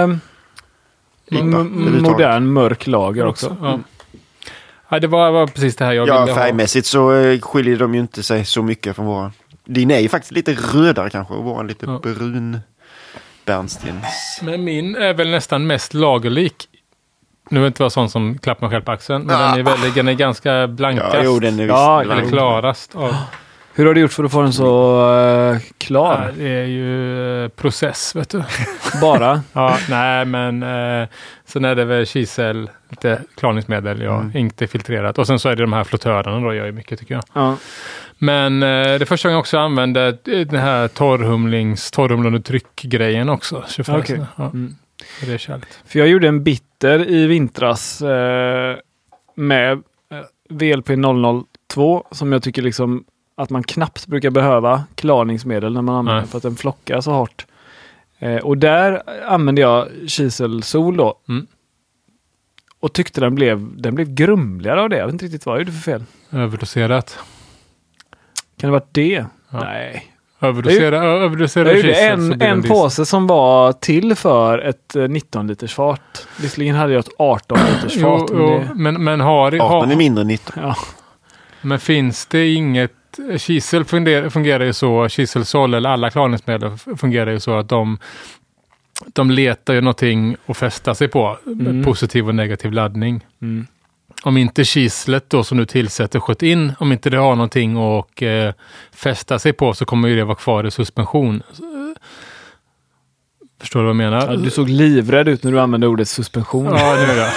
modern mörk lager också. Ja. Ja, det var precis det här jag ville ha. Färgmässigt så skiljer de ju inte sig så mycket från våran. Din är ju faktiskt lite rödare kanske och våran lite brun bärnstens. Men min är väl nästan mest lagerlik. Nu vill inte vara sån som klappar mig själv på axeln, men den är ganska blankast. Ja, den är eller klarast. Hur har du gjort för att få den så klar? Ja, det är ju process, vet du. Bara? Ja, nej, men sen är det väl kisel, lite klarningsmedel, inte filtrerat. Och sen så är det de här flottörerna då, gör ju mycket tycker jag. Ja. Men det första gången jag också använde den här torrhumlande tryckgrejen också. 25. Okay. Ja. Det är kärligt. För jag gjorde en bitter i vintras med VLP 2 som jag tycker liksom att man knappt brukar behöva klarningsmedel när man använder för att den flockar så hårt. Och där använde jag kiselsol då. Och tyckte den blev grumligare av det. Jag vet inte riktigt vad jag gjorde för fel. Överdoserat. Kan det vara det? Ja. Nej. Överdoserad kisel. En påse som var till för ett 19 liters fat. Visserligen hade jag ett 18 liters fat. Men har 18 är mindre än 19. Ja. Men finns det inget... Kisel fungerar ju så, kiselsol eller alla klarningsmedel fungerar ju så att de letar ju någonting att fästa sig på. Positiv och negativ laddning. Om inte kislet då som du tillsätter sköt in, om inte det har någonting att fästa sig på så kommer ju det vara kvar i suspension. Förstår du vad jag menar? Ja, du såg livrädd ut när du använde ordet suspension. Ja, nu är det.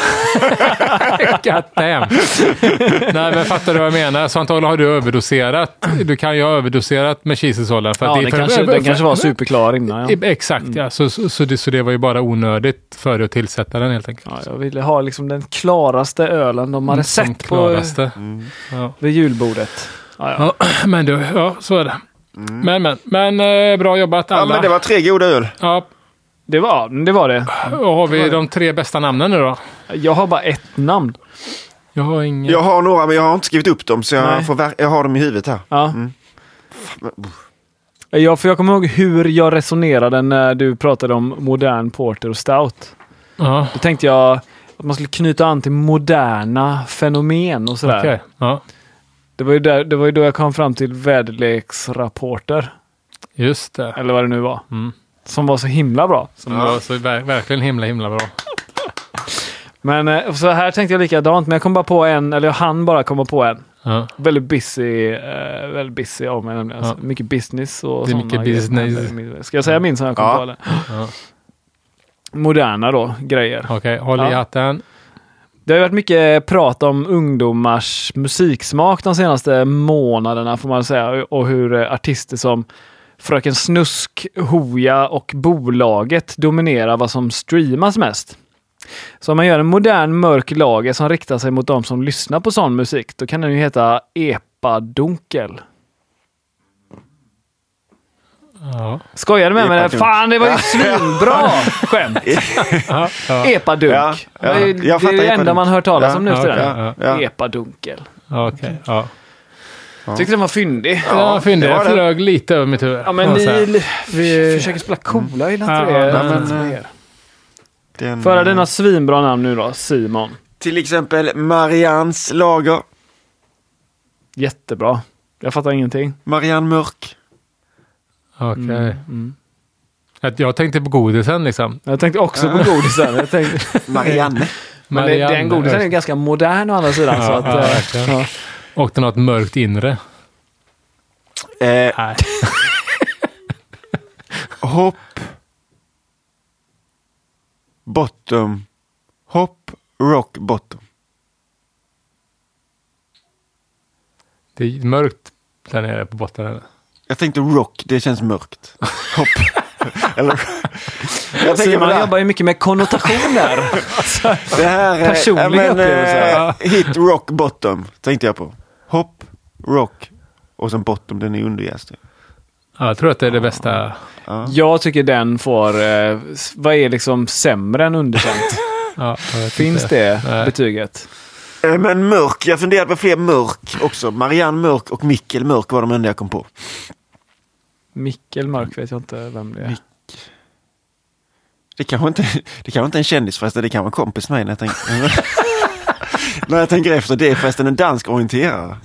Nej, men fattar du vad jag menar? Så antagligen har du överdoserat. Du kan ju ha överdoserat med kiselsålen. Den kanske var superklar innan. Ja. Exakt, ja. Så det var ju bara onödigt för att tillsätta den helt enkelt. Ja, jag ville ha liksom den klaraste ölen de hade sett på vid julbordet. Ja, men du, så är det. Men bra jobbat alla. Ja, men det var 3 goda öl. Ja. Det var det. Och har vi de 3 bästa namnen nu då? Jag har bara ett namn. Jag har ingen. Jag har några, men jag har inte skrivit upp dem så jag har dem i huvudet här. Ja. Ja, för jag kommer ihåg hur jag resonerade när du pratade om modern porter och stout. Ja. Då tänkte jag att man skulle knyta an till moderna fenomen och sådär. Okay. Ja. Det var ju då jag kom fram till väderleksrapporter. Just det. Eller vad det nu var. Som var så himla bra. Som var så verkligen himla bra. Men så här tänkte jag likadant, men jag kom bara på en, eller jag hann bara komma på en. Ja. Väldigt busy av mig nämligen. Alltså, mycket business och det är mycket business. Ska jag säga min som jag kom på eller? Ja. Moderna då, grejer. Okej, håll i hatten. Det har varit mycket prat om ungdomars musiksmak de senaste månaderna får man säga. Och hur artister som Fröken Snusk, Hoja och Bolaget dominerar vad som streamas mest. Så om man gör en modern mörk lager som riktar sig mot de som lyssnar på sån musik, då kan den ju heta Epadunkel. Ja. Skojar du med mig? Fan, det var ju svinbra skämt. Epadunk. Det är det enda man hör talas om nu för den. Epadunkel. Okej, ja. Tyckte den var fyndig. Ja, fyndig. Jag flög lite över mitt huvud. Ja, men vi försöker spela coola i Föra dina svinbra namn nu då, Simon. Till exempel Marians lager. Jättebra. Jag fattar ingenting. Marianne Mörk. Okej. Jag tänkte på godisen liksom. Jag tänkte också på godisen. Marianne. Men den godisen är ganska modern å andra sidan. Så att, och den har ett mörkt inre. Hopp. Bottom. Hopp. Rock bottom. Det är mörkt där nere på botten eller? Jag tänkte rock, det känns mörkt. Hopp. Eller, jag tänker man jobbar ju mycket med konnotationer. Alltså, det här personliga upplevelser. Hit rock bottom tänkte jag på. Hopp, rock och sen bottom, den är underjäst. Ja, jag tror att det är det bästa. Ja. Jag tycker den får vad är liksom sämre än underkänt? Finns det betyget? Men mörk, jag funderar på fler mörk också. Marianne Mörk och Mikkel Mörk var de enda jag kom på. Mikkel Mörk vet jag inte vem det är. Det kanske inte är en kändis förresten, det kan vara en kompis med mig när jag tänker efter. Det är förresten en dansk orienterare.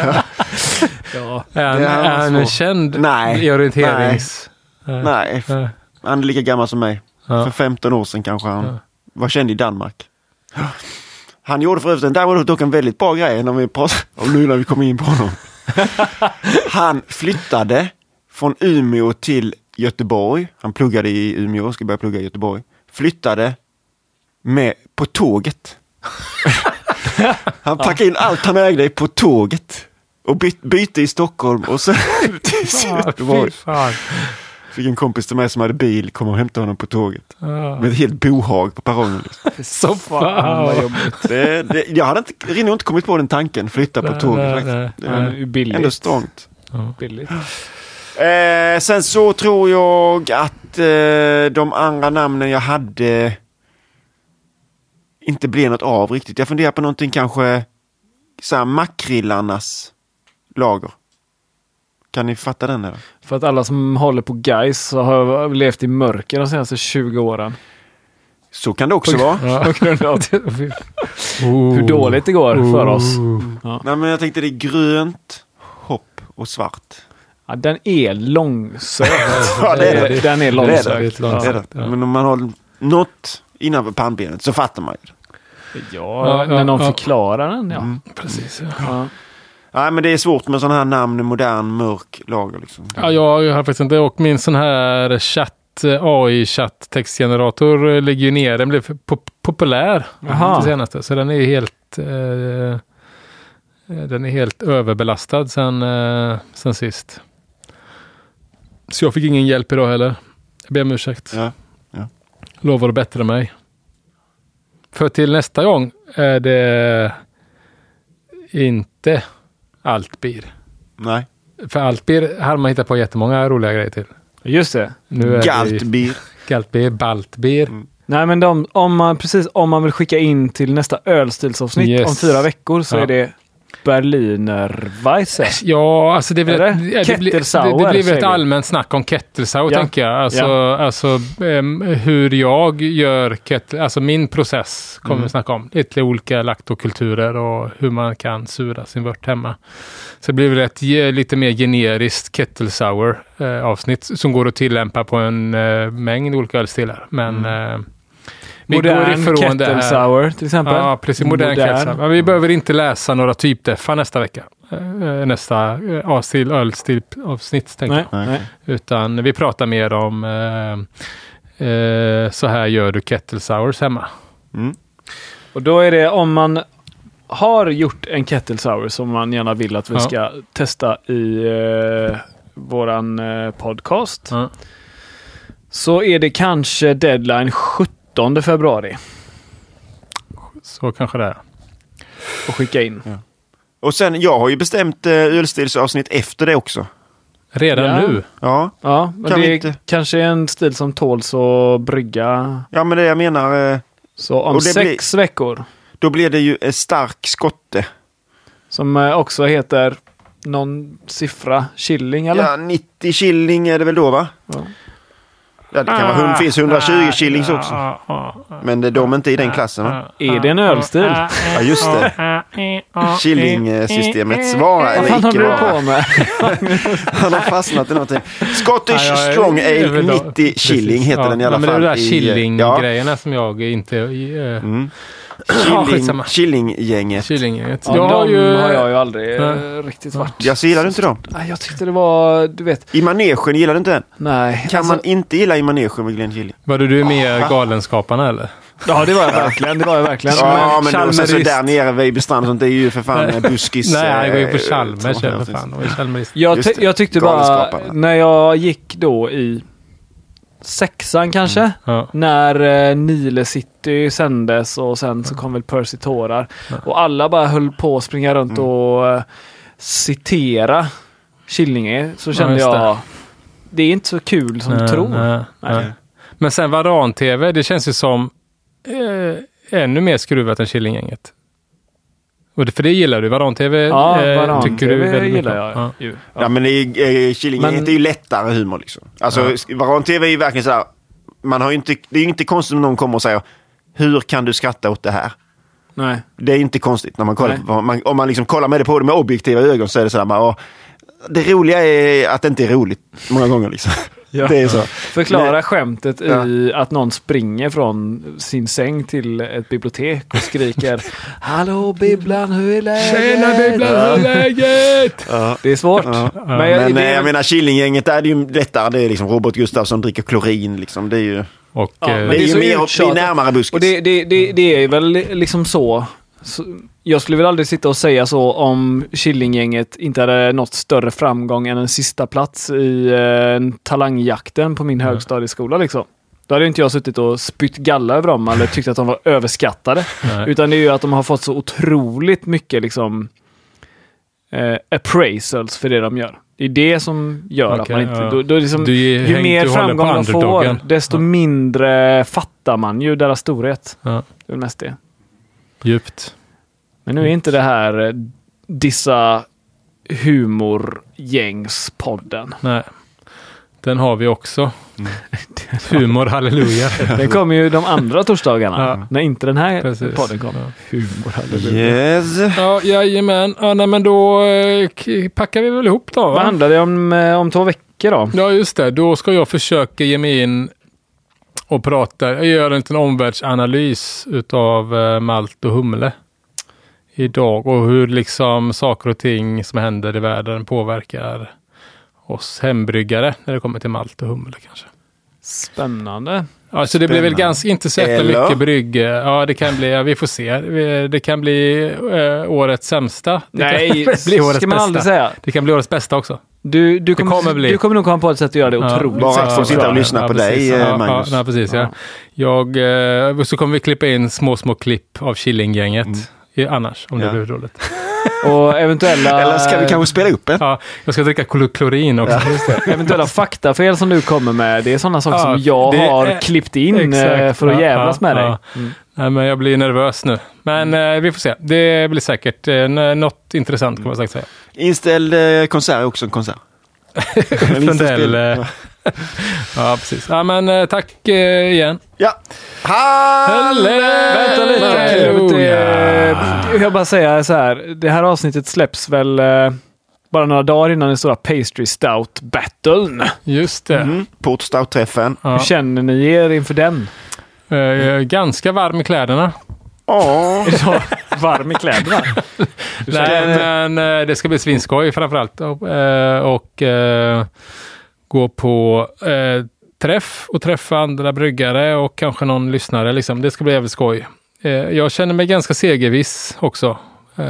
Är han känd i orienterings... Nej. Han är lika gammal som mig. För 15 år sedan kanske han var känd i Danmark. Han gjorde för övrigt dock en väldigt bra grej när vi pratade om nu när vi kom in på honom. Han flyttade från Umeå till Göteborg. Han pluggade i Umeå och skulle börja plugga i Göteborg. Flyttade på tåget. Han packade in allt han ägde på tåget. Och bytte i Stockholm och så till Göteborg. Fick en kompis till mig som hade bil, kom och hämtade honom på tåget. Med ett helt bohag på perrongen. Liksom. Så fan vad jobbigt. Jag hade inte kommit på den tanken, flytta på tåget. Det är billigt. Ändå strångt. Billigt. Sen så tror jag att de andra namnen jag hade inte blev något av riktigt. Jag funderar på någonting kanske såhär makrillarnas lager. Kan ni fatta den eller? För att alla som håller på Gais har levt i mörker de senaste 20 åren. Så kan det också vara. På grund av hur dåligt det går för oss. Ja. Nej, men jag tänkte det är grönt, hopp och svart. Ja, den är långsökt. Ja, det är det. Den är långsökt. Men om man har något innanför pannbenet så fattar man ju. Ja, när någon förklarar den. Precis. Nej, men det är svårt med sådana här namn, modern, mörk lager. Liksom. Ja, jag har faktiskt inte. Och min sån här AI-chatt-textgenerator ligger ju ner. Den blev populär det senaste. Så den är helt överbelastad sen sist. Så jag fick ingen hjälp idag heller. Jag ber om ursäkt. Ja. Lovar att bättra mig. För till nästa gång är det inte Altbier. Nej. För Altbier har man hittat på jättemånga roliga grejer till. Just det. Galtbier, Baltbier. Nej, men om man vill skicka in till nästa ölstilsavsnitt om 4 veckor så är det Berliner Weisse. Ja, alltså det blir det ett allmänt snack om Kettelsauer, tänker jag. Alltså hur jag gör alltså min process kommer vi snacka om. Lite olika laktokulturer och hur man kan sura sin vört hemma. Så det blir väl ett lite mer generiskt Kettelsauer avsnitt som går att tillämpa på en mängd olika ölstilar. Men modern Kettelsauer till exempel. Ja, precis. Modern Kettelsauer. Men vi behöver inte läsa några typdeffar nästa vecka. Nästa ölstil-avsnitt, tänker jag. Nej. Utan vi pratar mer om så här gör du Kettelsauers hemma. Och då är det om man har gjort en Kettelsauer som man gärna vill att vi ska testa i våran podcast. Så är det kanske deadline 17 februari. Så kanske det är. Och skicka in. Ja. Och sen, jag har ju bestämt ölstilsavsnitt efter det också. Redan nu? Ja. Ja, men det är kanske en stil som tåls att brygga. Ja, men det jag menar... så om 6 veckor. Då blir det ju en stark skotte. Som också heter någon siffra, shilling eller? Ja, 90 shilling är det väl då, va? Ja. Ja, det kan vara, finns 120 shillings också. Men det är de inte i den klassen, va? Är det en ölstil? Ja, just det. Shilling-systemets vara eller icke-vara. Vad fan har du på med? Han har fastnat i någonting. Scottish Strong Ale 90 shilling heter den i alla fall. Men det är de där shilling-grejerna som jag inte... Killinggänget. Ja, de har jag ju aldrig riktigt varit. Jag gillade inte dem. Nej, jag tyckte det var, du vet. I manegen gillade du inte den? Nej. Kan man inte gilla i manegen med Glenn Killing? Var du med Galenskaparna eller? Ja, det var jag verkligen. Ja, men så där nere vid Bystrand och sånt, det är ju för fan buskis. Nej, jag går ju på Chalmers för fan. Jag tyckte bara, när jag gick då i 6:an kanske, när Nile City sändes och sen så kom väl Percy Tårar och alla bara höll på att springa runt och citera Killinge, så kände jag det är inte så kul som du tror. Nej. Men sen Varan-TV, det känns ju som ännu mer skruvat än Killinggänget. Och för det gillar du, Varan-TV? Ja, tycker du väldigt gillar jag. Ja, men Killinggänget är ju lättare humor liksom. Alltså, Varan-TV är ju verkligen sådär, man har ju inte, det är ju inte konstigt om någon kommer och säger, hur kan du skratta åt det här? Nej. Det är inte konstigt när man kollar om man liksom kollar med det på det med objektiva ögon, så är det sådär, det roliga är att det inte är roligt många gånger liksom. Ja. Det är så. Förklara skämtet i att någon springer från sin säng till ett bibliotek och skriker hallå Bibblan, hur är läget? Tjena Bibblan, hur är läget? Det är svårt. Men jag menar, Killinggänget där är det ju lättare. Det är liksom Robert Gustafsson dricker klorin liksom. Det är ju, och, det är ju mer närmare buskis. Och det är väl liksom så jag skulle väl aldrig sitta och säga så om Killinggänget inte hade nått större framgång än en sista plats i talangjakten på min högstadieskola liksom. Då hade inte jag suttit och spytt galla över dem eller tyckt att de var överskattade. Utan det är ju att de har fått så otroligt mycket liksom appraisals för det de gör. Det är det som gör att man inte... Då liksom, ju mer framgång de får, desto mindre fattar man ju deras storhet. Ja. Det är mest det. Djupt. Men nu är inte det här dissa humorgängspodden. Nej. Den har vi också. Humor, halleluja. Den kommer ju de andra torsdagarna. När inte den här podden kommer. Humor, halleluja. Yes. Ja, jajamän. Ja, nej, men då packar vi väl ihop då. Vad handlar det om 2 veckor då? Ja, just det. Då ska jag försöka ge mig in och prata. Jag gör en liten omvärldsanalys utav malt och humle idag. Och hur liksom saker och ting som händer i världen påverkar oss hembryggare när det kommer till malt och humle kanske. Spännande. Ja, så det blir väl ganska inte så mycket brygg. Ja, det kan bli, vi får se. Det kan bli årets sämsta. Nej, bli årets ska man aldrig säga. Det kan bli årets bästa också. Du kommer nog komma på ett sätt att göra det otroligt. Bara att få sitta och lyssna på dig, Magnus. Ja, precis. Ja. Så kommer vi klippa in små klipp av Killinggänget. Annars, om det blir dåligt. Och eventuella... Eller ska vi kanske spela upp det? Ja, jag ska dricka klorin också. Ja. Just det. Eventuella faktafel som du kommer med, det är sådana saker som jag har klippt in för att jävlas med dig. Ja. Nej, men jag blir nervös nu. Men vi får se. Det blir säkert något intressant, kan man säga. Inställd konsert är också en konsert. Ja, precis. Ja, men tack igen. Ja. Vänta lite. Jag bara säga så här. Det här avsnittet släpps väl bara några dagar innan den stora Pastry Stout Battlen. Just det. Port Stout-träffen. Ja. Hur känner ni er inför den? Ganska varm i kläderna. Varm i kläderna? Nej, men det ska bli svinskoj framförallt. Och gå på träff och träffa andra bryggare och kanske någon lyssnare. Liksom. Det ska bli jävligt skoj. Jag känner mig ganska segerviss också.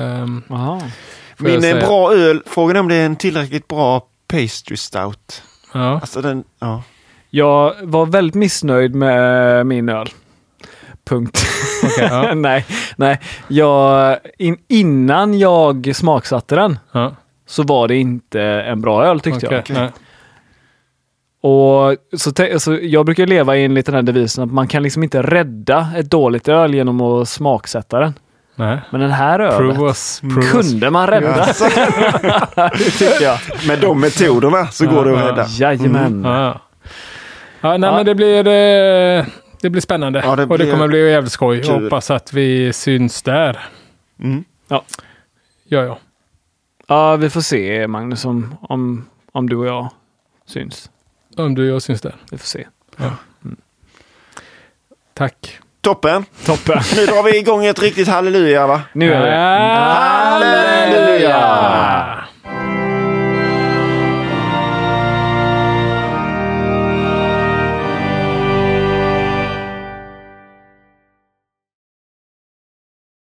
Min är bra öl. Frågan är om det är en tillräckligt bra Pastry Stout. Ja. Alltså Jag var väldigt missnöjd med min öl. Punkt. Okay, ja. Nej. Innan jag smaksatte den så var det inte en bra öl tyckte jag. Okay. Och så jag brukar leva in lite den här devisen att man kan liksom inte rädda ett dåligt öl genom att smaksätta den. Nej. Men den här ölen kunde man rädda. Det tycker jag. Med de metoderna så går det att rädda. Jajamän. Men det blir spännande. Ja, och det kommer bli jävligt skoj. Kul. Hoppas att vi syns där. Ja. Ja, vi får se Magnus om du och jag syns. Om du och jag syns där. Vi får se. Ja. Tack. Toppen. Nu drar vi igång ett riktigt halleluja, va? Nu är det. Halleluja!